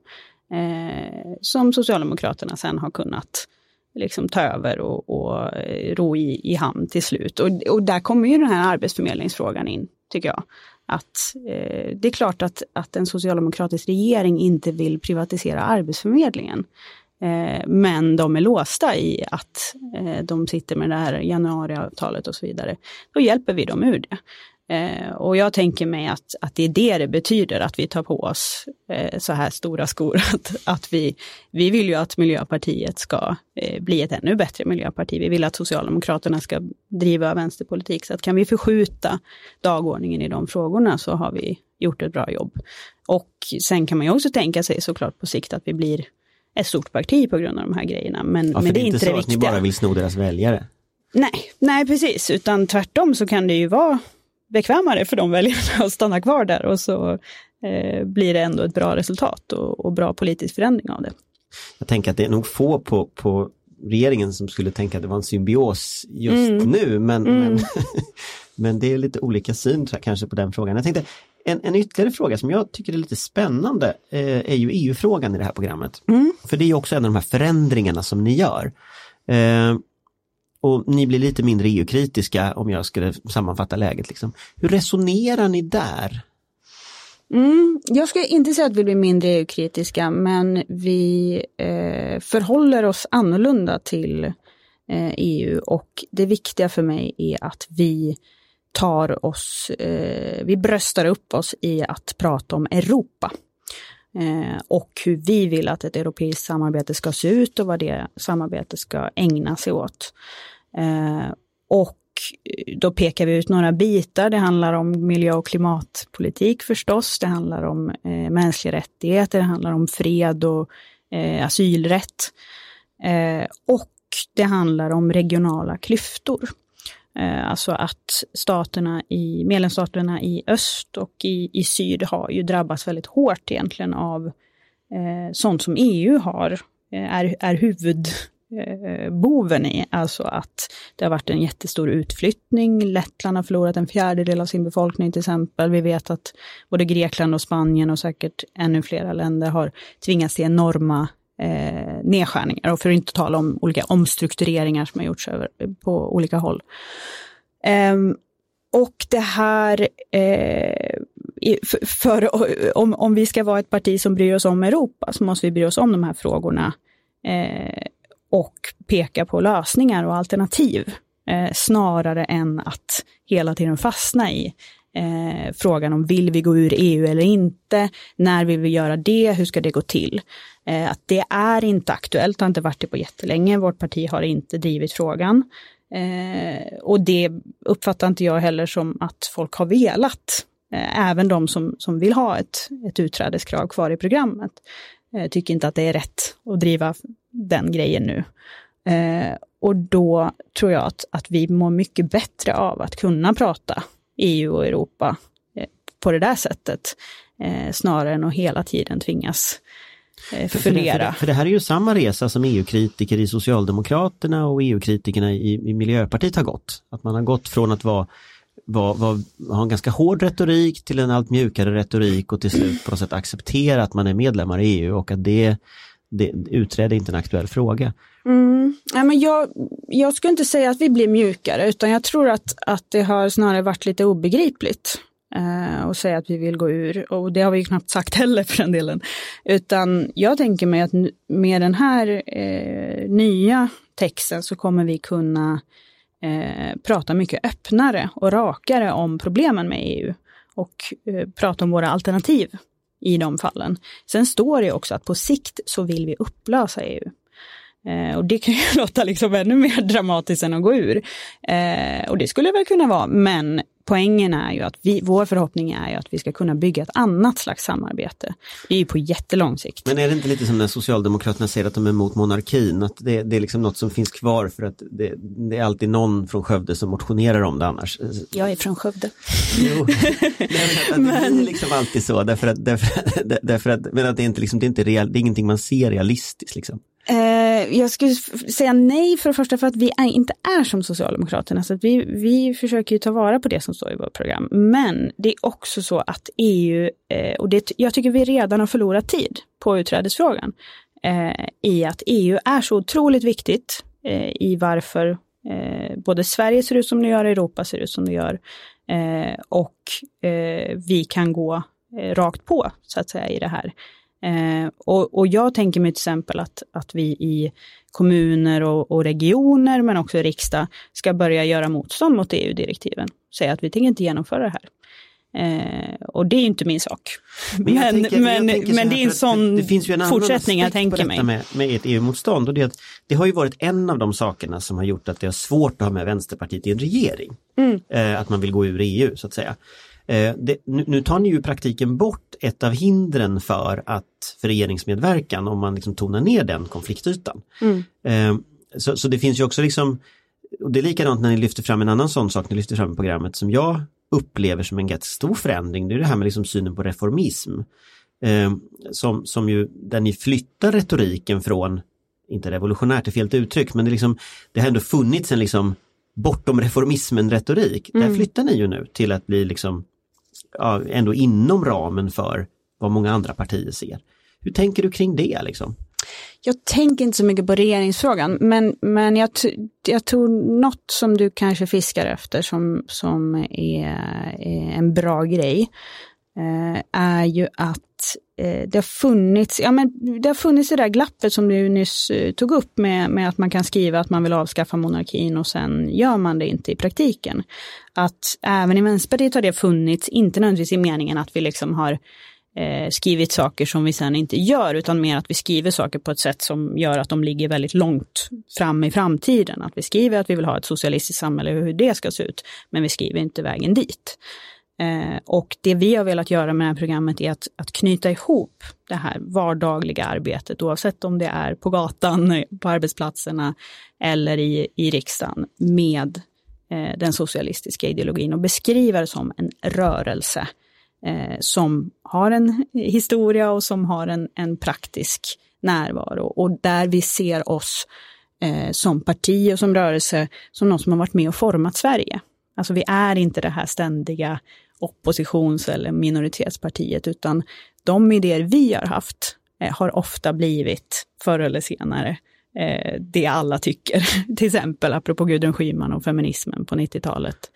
Eh, som Socialdemokraterna sen har kunnat liksom ta över och, och ro i, i hamn till slut. Och, och där kommer ju den här arbetsförmedlingsfrågan in, tycker jag. Att eh, det är klart att, att en socialdemokratisk regering inte vill privatisera arbetsförmedlingen. Eh, men de är låsta i att eh, de sitter med det här januariavtalet och så vidare. Då hjälper vi dem ur det. Eh, och jag tänker mig att, att det är det det betyder att vi tar på oss eh, så här stora skor. Att, att vi, vi vill ju att Miljöpartiet ska eh, bli ett ännu bättre miljöparti. Vi vill att Socialdemokraterna ska driva vänsterpolitik. Så att kan vi förskjuta dagordningen i de frågorna så har vi gjort ett bra jobb. Och sen kan man ju också tänka sig såklart på sikt att vi blir ett stort parti på grund av de här grejerna. Men, ja, men det är inte så det att viktiga. Ni bara vill sno deras väljare. Nej, nej precis. Utan tvärtom så kan det ju vara bekvämare för de väljarna att stanna kvar där, och så eh, blir det ändå ett bra resultat och, och bra politisk förändring av det. Jag tänker att det är nog få på, på regeringen som skulle tänka att det var en symbios just mm. nu, men, mm. men, men det är lite olika syn tror jag, kanske på den frågan. Jag tänkte, en, en ytterligare fråga som jag tycker är lite spännande eh, är ju E U-frågan i det här programmet. Mm. För det är ju också en av de här förändringarna som ni gör. Eh, Och ni blir lite mindre E U-kritiska om jag skulle sammanfatta läget. Liksom. Hur resonerar ni där? Mm, jag skulle inte säga att vi blir mindre E U-kritiska, men vi eh, förhåller oss annorlunda till eh, E U. Och det viktiga för mig är att vi tar oss, eh, vi bröstar upp oss i att prata om Europa. Eh, och hur vi vill att ett europeiskt samarbete ska se ut och vad det samarbetet ska ägna sig åt. Eh, och då pekar vi ut några bitar. Det handlar om miljö- och klimatpolitik förstås. Det handlar om eh, mänskliga rättigheter. Det handlar om fred och eh, asylrätt. Eh, och det handlar om regionala klyftor. Eh, alltså att staterna i, medlemsstaterna i öst och i, i syd har ju drabbats väldigt hårt egentligen av eh, sånt som E U har, eh, är, är huvudboven i. Alltså att det har varit en jättestor utflyttning. Lettland har förlorat en fjärdedel av sin befolkning till exempel. Vi vet att både Grekland och Spanien och säkert ännu flera länder har tvingats till enorma Eh, nedskärningar, och för att inte tala om olika omstruktureringar som har gjorts över, på olika håll. Eh, och det här eh, för, för, om, om vi ska vara ett parti som bryr oss om Europa, så måste vi bry oss om de här frågorna eh, och peka på lösningar och alternativ eh, snarare än att hela tiden fastna i eh, frågan om vill vi gå ur E U eller inte, när vill vi göra det, hur ska det gå till. Eh, att det är inte aktuellt, det har inte varit det på jättelänge, vårt parti har inte drivit frågan. Eh, och det uppfattar inte jag heller som att folk har velat. Eh, även de som, som vill ha ett, ett utträdeskrav kvar i programmet eh, tycker inte att det är rätt att driva den grejen nu. Eh, och då tror jag att, att vi mår mycket bättre av att kunna prata E U och Europa eh, på det där sättet. Eh, snarare än att hela tiden tvingas eh, för, fundera. För det, för det här är ju samma resa som E U-kritiker i Socialdemokraterna och E U-kritikerna i, i Miljöpartiet har gått. Att man har gått från att vara, vara, vara, ha en ganska hård retorik till en allt mjukare retorik och till slut på något sätt acceptera att man är medlemmar i E U och att det, det utträde inte en aktuell fråga. Mm. Ja, men jag, jag skulle inte säga att vi blir mjukare, utan jag tror att, att det har snarare varit lite obegripligt eh, att säga att vi vill gå ur, och det har vi ju knappt sagt heller för den delen, utan jag tänker mig att med den här eh, nya texten så kommer vi kunna eh, prata mycket öppnare och rakare om problemen med E U och eh, prata om våra alternativ i de fallen. Sen står det också att på sikt så vill vi upplösa E U. Eh, och det kan ju låta liksom ännu mer dramatiskt än att gå ur. Eh, och det skulle väl kunna vara, men poängen är ju att vi, vår förhoppning är ju att vi ska kunna bygga ett annat slags samarbete. Det är ju på jättelång sikt. Men är det inte lite som när Socialdemokraterna säger att de är emot monarkin? Att det, det är liksom något som finns kvar för att det, det är alltid någon från Skövde som motionerar om det annars. Jag är från Skövde. Jo, att, att men... det är liksom alltid så. Därför att, därför, därför att, men att det är inte liksom, det är inte real, det är ingenting man ser realistiskt liksom. Jag skulle säga nej för det första för att vi är, inte är som Socialdemokraterna, så att vi, vi försöker ju ta vara på det som står i vårt program. Men det är också så att E U, och det, jag tycker vi redan har förlorat tid på utträdesfrågan, eh, i att E U är så otroligt viktigt eh, i varför eh, både Sverige ser ut som det gör och Europa ser ut som det gör. Eh, och eh, vi kan gå eh, rakt på så att säga i det här. Eh, och, och jag tänker mig till exempel att, att vi i kommuner och, och regioner men också i riksdag ska börja göra motstånd mot E U-direktiven. Säga att vi tänker inte genomföra det här. Eh, och det är ju inte min sak. Men, men, tänker, men, men, men det är en sån det, det finns ju en fortsättning jag tänker mig. Med, med ett E U-motstånd, och det, att det har ju varit en av de sakerna som har gjort att det är svårt att ha med Vänsterpartiet i en regering. Mm. Eh, att man vill gå ur E U så att säga. Eh, det, nu, nu tar ni ju i praktiken bort ett av hindren för, att, för regeringsmedverkan om man liksom tonar ner den konfliktytan. Mm. Eh, så, så det finns ju också liksom, och det är likadant när ni lyfter fram en annan sån sak, ni lyfter fram i programmet som jag upplever som en ganska stor förändring, det är det här med liksom synen på reformism. Eh, som, som ju, där ni flyttar retoriken från, inte revolutionärt är fel uttryck, men det, liksom, det har ändå funnits en liksom bortom reformismen retorik. Mm. Där flyttar ni ju nu till att bli liksom ja, ändå inom ramen för vad många andra partier ser. Hur tänker du kring det liksom? Jag tänker inte så mycket på regeringsfrågan, men, men jag, t- jag tror något som du kanske fiskar efter som, som är, är en bra grej eh, är ju att eh, det har funnits, ja men det har funnits det där glappet som du nyss eh, tog upp med, med att man kan skriva att man vill avskaffa monarkin och sen gör man det inte i praktiken. Att även i Vänsterpartiet har det funnits, inte nödvändigtvis i meningen att vi liksom har Eh, skrivit saker som vi sen inte gör, utan mer att vi skriver saker på ett sätt som gör att de ligger väldigt långt fram i framtiden. Att vi skriver att vi vill ha ett socialistiskt samhälle och hur det ska se ut, men vi skriver inte vägen dit. Eh, och det vi har velat göra med det här programmet är att, att knyta ihop det här vardagliga arbetet, oavsett om det är på gatan, på arbetsplatserna eller i, i riksdagen, med eh, den socialistiska ideologin och beskriva det som en rörelse Eh, som har en historia och som har en, en praktisk närvaro, och där vi ser oss eh, som parti och som rörelse som någon som har varit med och format Sverige. Alltså vi är inte det här ständiga oppositions- eller minoritetspartiet, utan de idéer vi har haft eh, har ofta blivit förr eller senare eh, det alla tycker. Till exempel apropå Gudrun Schyman och feminismen på nittiotalet.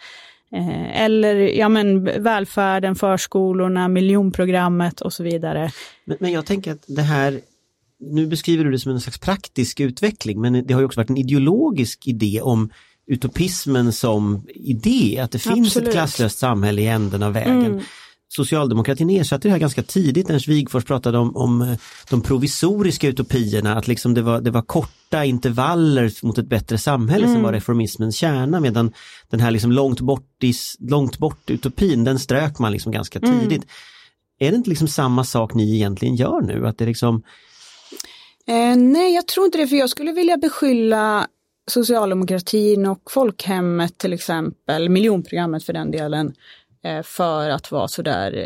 Eller ja, men välfärden, förskolorna, miljonprogrammet och så vidare. Men, men jag tänker att det här, nu beskriver du det som en slags praktisk utveckling, men det har ju också varit en ideologisk idé om utopismen som idé, att det finns Absolut. Ett klasslöst samhälle i änden av vägen. Mm. Socialdemokratin ersatte det här ganska tidigt när Wigforss pratade om, om de provisoriska utopierna, att liksom det, var, det var korta intervaller mot ett bättre samhälle mm. som var reformismens kärna, medan den här liksom långt bort, i, långt bort utopin, den strök man liksom ganska tidigt. Mm. Är det inte liksom samma sak ni egentligen gör nu? Att det liksom... eh, nej, jag tror inte det, för jag skulle vilja beskylla socialdemokratin och folkhemmet till exempel, miljonprogrammet för den delen, för att vara sådär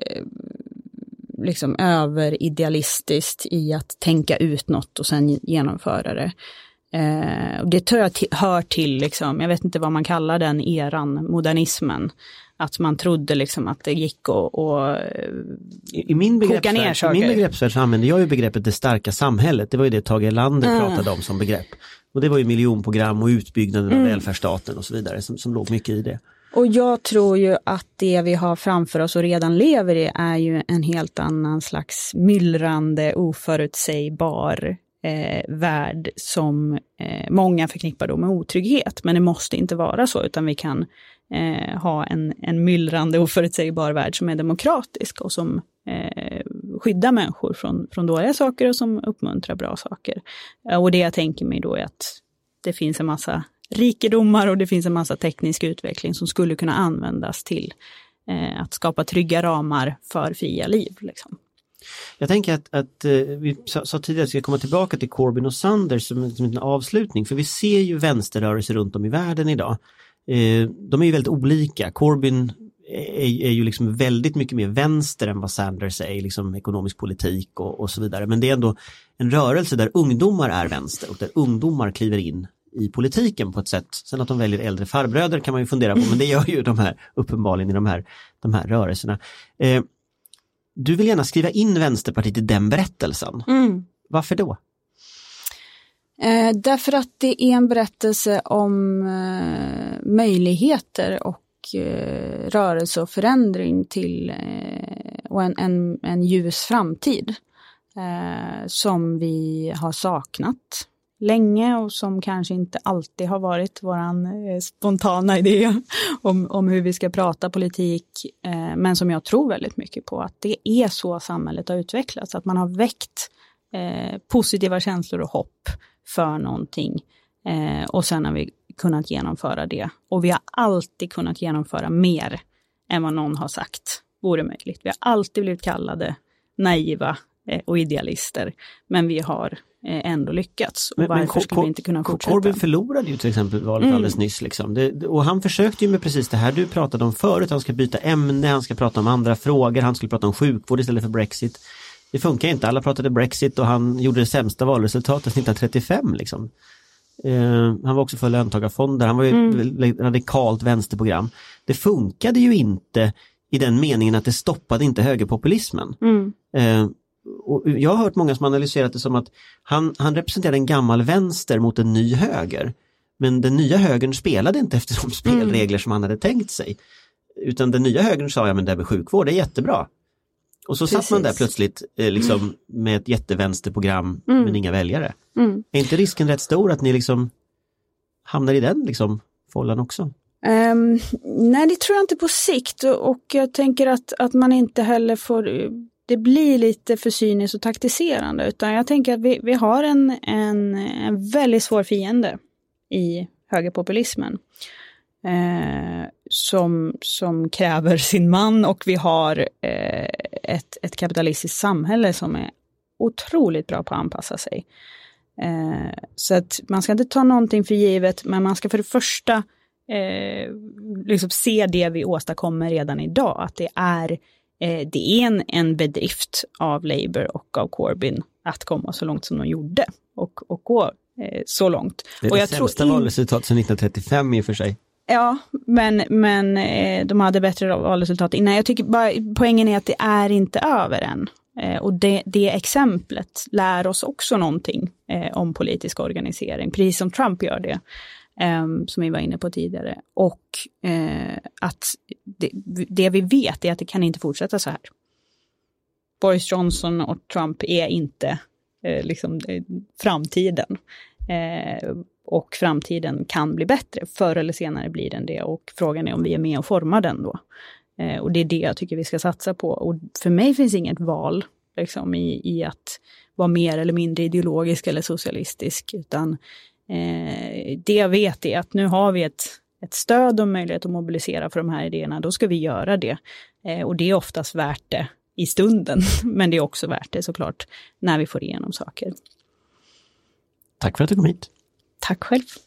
liksom överidealistiskt i att tänka ut något och sen genomföra det. Eh, och det tror jag t- hör till, liksom, jag vet inte vad man kallar den eran, modernismen. Att man trodde liksom att det gick att och, I, i min koka ner saker. I min begreppsvärld så använder jag ju begreppet det starka samhället. Det var ju det Tage Erlander mm. pratade om som begrepp. Och det var ju miljonprogram och utbyggnaden mm. av välfärdsstaten och så vidare som, som låg mycket i det. Och jag tror ju att det vi har framför oss och redan lever i är ju en helt annan slags myllrande, oförutsägbar eh, värld som eh, många förknippar då med otrygghet. Men det måste inte vara så, utan vi kan eh, ha en, en myllrande, oförutsägbar värld som är demokratisk och som eh, skyddar människor från, från dåliga saker och som uppmuntrar bra saker. Eh, och det jag tänker mig då är att det finns en massa rikedomar och det finns en massa teknisk utveckling som skulle kunna användas till eh, att skapa trygga ramar för fria liv. Liksom. Jag tänker att, att eh, vi sa, sa tidigare att vi ska komma tillbaka till Corbyn och Sanders som, som en avslutning, för vi ser ju vänsterrörelser runt om i världen idag. Eh, de är ju väldigt olika. Corbyn är, är ju liksom väldigt mycket mer vänster än vad Sanders är i liksom ekonomisk politik och, och så vidare. Men det är ändå en rörelse där ungdomar är vänster och där ungdomar kliver in i politiken på ett sätt. Sen att de väljer äldre farbröder kan man ju fundera på, men det gör ju de här uppenbarligen i de här, de här rörelserna. Eh, du vill gärna skriva in Vänsterpartiet i den berättelsen. Mm. Varför då? Eh, därför att det är en berättelse om eh, möjligheter och eh, rörelse och förändring till eh, och en, en, en ljus framtid eh, som vi har saknat länge och som kanske inte alltid har varit våran eh, spontana idé om, om hur vi ska prata politik, eh, men som jag tror väldigt mycket på, att det är så samhället har utvecklats, att man har väckt eh, positiva känslor och hopp för någonting eh, och sen har vi kunnat genomföra det, och vi har alltid kunnat genomföra mer än vad någon har sagt vore möjligt. Vi har alltid blivit kallade naiva eh, och idealister, men vi har ändå lyckats. Och men, varför men, skulle vi inte kunna fortsätta? Corbyn förlorade ju till exempel valet mm. alldeles nyss. Liksom. Det, och han försökte ju med precis det här du pratade om förut. Han ska byta ämne, han ska prata om andra frågor, han skulle prata om sjukvård istället för Brexit. Det funkar inte. Alla pratade Brexit och han gjorde det sämsta valresultatet nittonhundratrettiofem. Liksom. Uh, han var också för löntagarfonder. Han var ju mm. radikalt vänsterprogram. Det funkade ju inte i den meningen att det stoppade inte högerpopulismen. Mm. Uh, Och jag har hört många som analyserat det som att han, han representerade en gammal vänster mot en ny höger. Men den nya högern spelade inte efter de spelregler mm. som han hade tänkt sig. Utan den nya högern sa, ja men det här med sjukvård är jättebra. Och så Precis. satt man där plötsligt eh, liksom, mm. med ett jättevänsterprogram mm. men inga väljare. Mm. Är inte risken rätt stor att ni liksom hamnar i den liksom, follan också? Um, nej, det tror jag inte på sikt. Och, och jag tänker att, att man inte heller får... Det blir lite för cyniskt och taktiserande, utan jag tänker att vi, vi har en, en, en väldigt svår fiende i högerpopulismen eh, som, som kräver sin man, och vi har eh, ett, ett kapitalistiskt samhälle som är otroligt bra på att anpassa sig. Eh, så att man ska inte ta någonting för givet, men man ska för det första eh, liksom se det vi åstadkommer redan idag, att det är Det är en, en bedrift av Labour och av Corbyn att komma så långt som de gjorde och, och gå eh, så långt. Det är och det jag sämsta tror in... valresultat sedan nittonhundratrettiofem i och för sig. Ja, men, men eh, de hade bättre valresultat innan. Jag tycker bara, poängen är att det är inte över än. Eh, och det, det exemplet lär oss också någonting eh, om politisk organisering, precis som Trump gör det. Um, som vi var inne på tidigare, och uh, att det, det vi vet är att det kan inte fortsätta så här. Boris Johnson och Trump är inte uh, liksom uh, framtiden. Uh, och framtiden kan bli bättre. Förr eller senare blir den det, och frågan är om vi är med och formar den då. Eh, och det är det jag tycker vi ska satsa på. Och för mig finns inget val liksom, i, i att vara mer eller mindre ideologisk eller socialistisk, utan eh, det jag vet är att nu har vi ett, ett stöd och möjlighet att mobilisera för de här idéerna, då ska vi göra det. Eh, och det är oftast värt det i stunden, men det är också värt det såklart när vi får igenom saker. Tack för att du kom hit. Tack själv.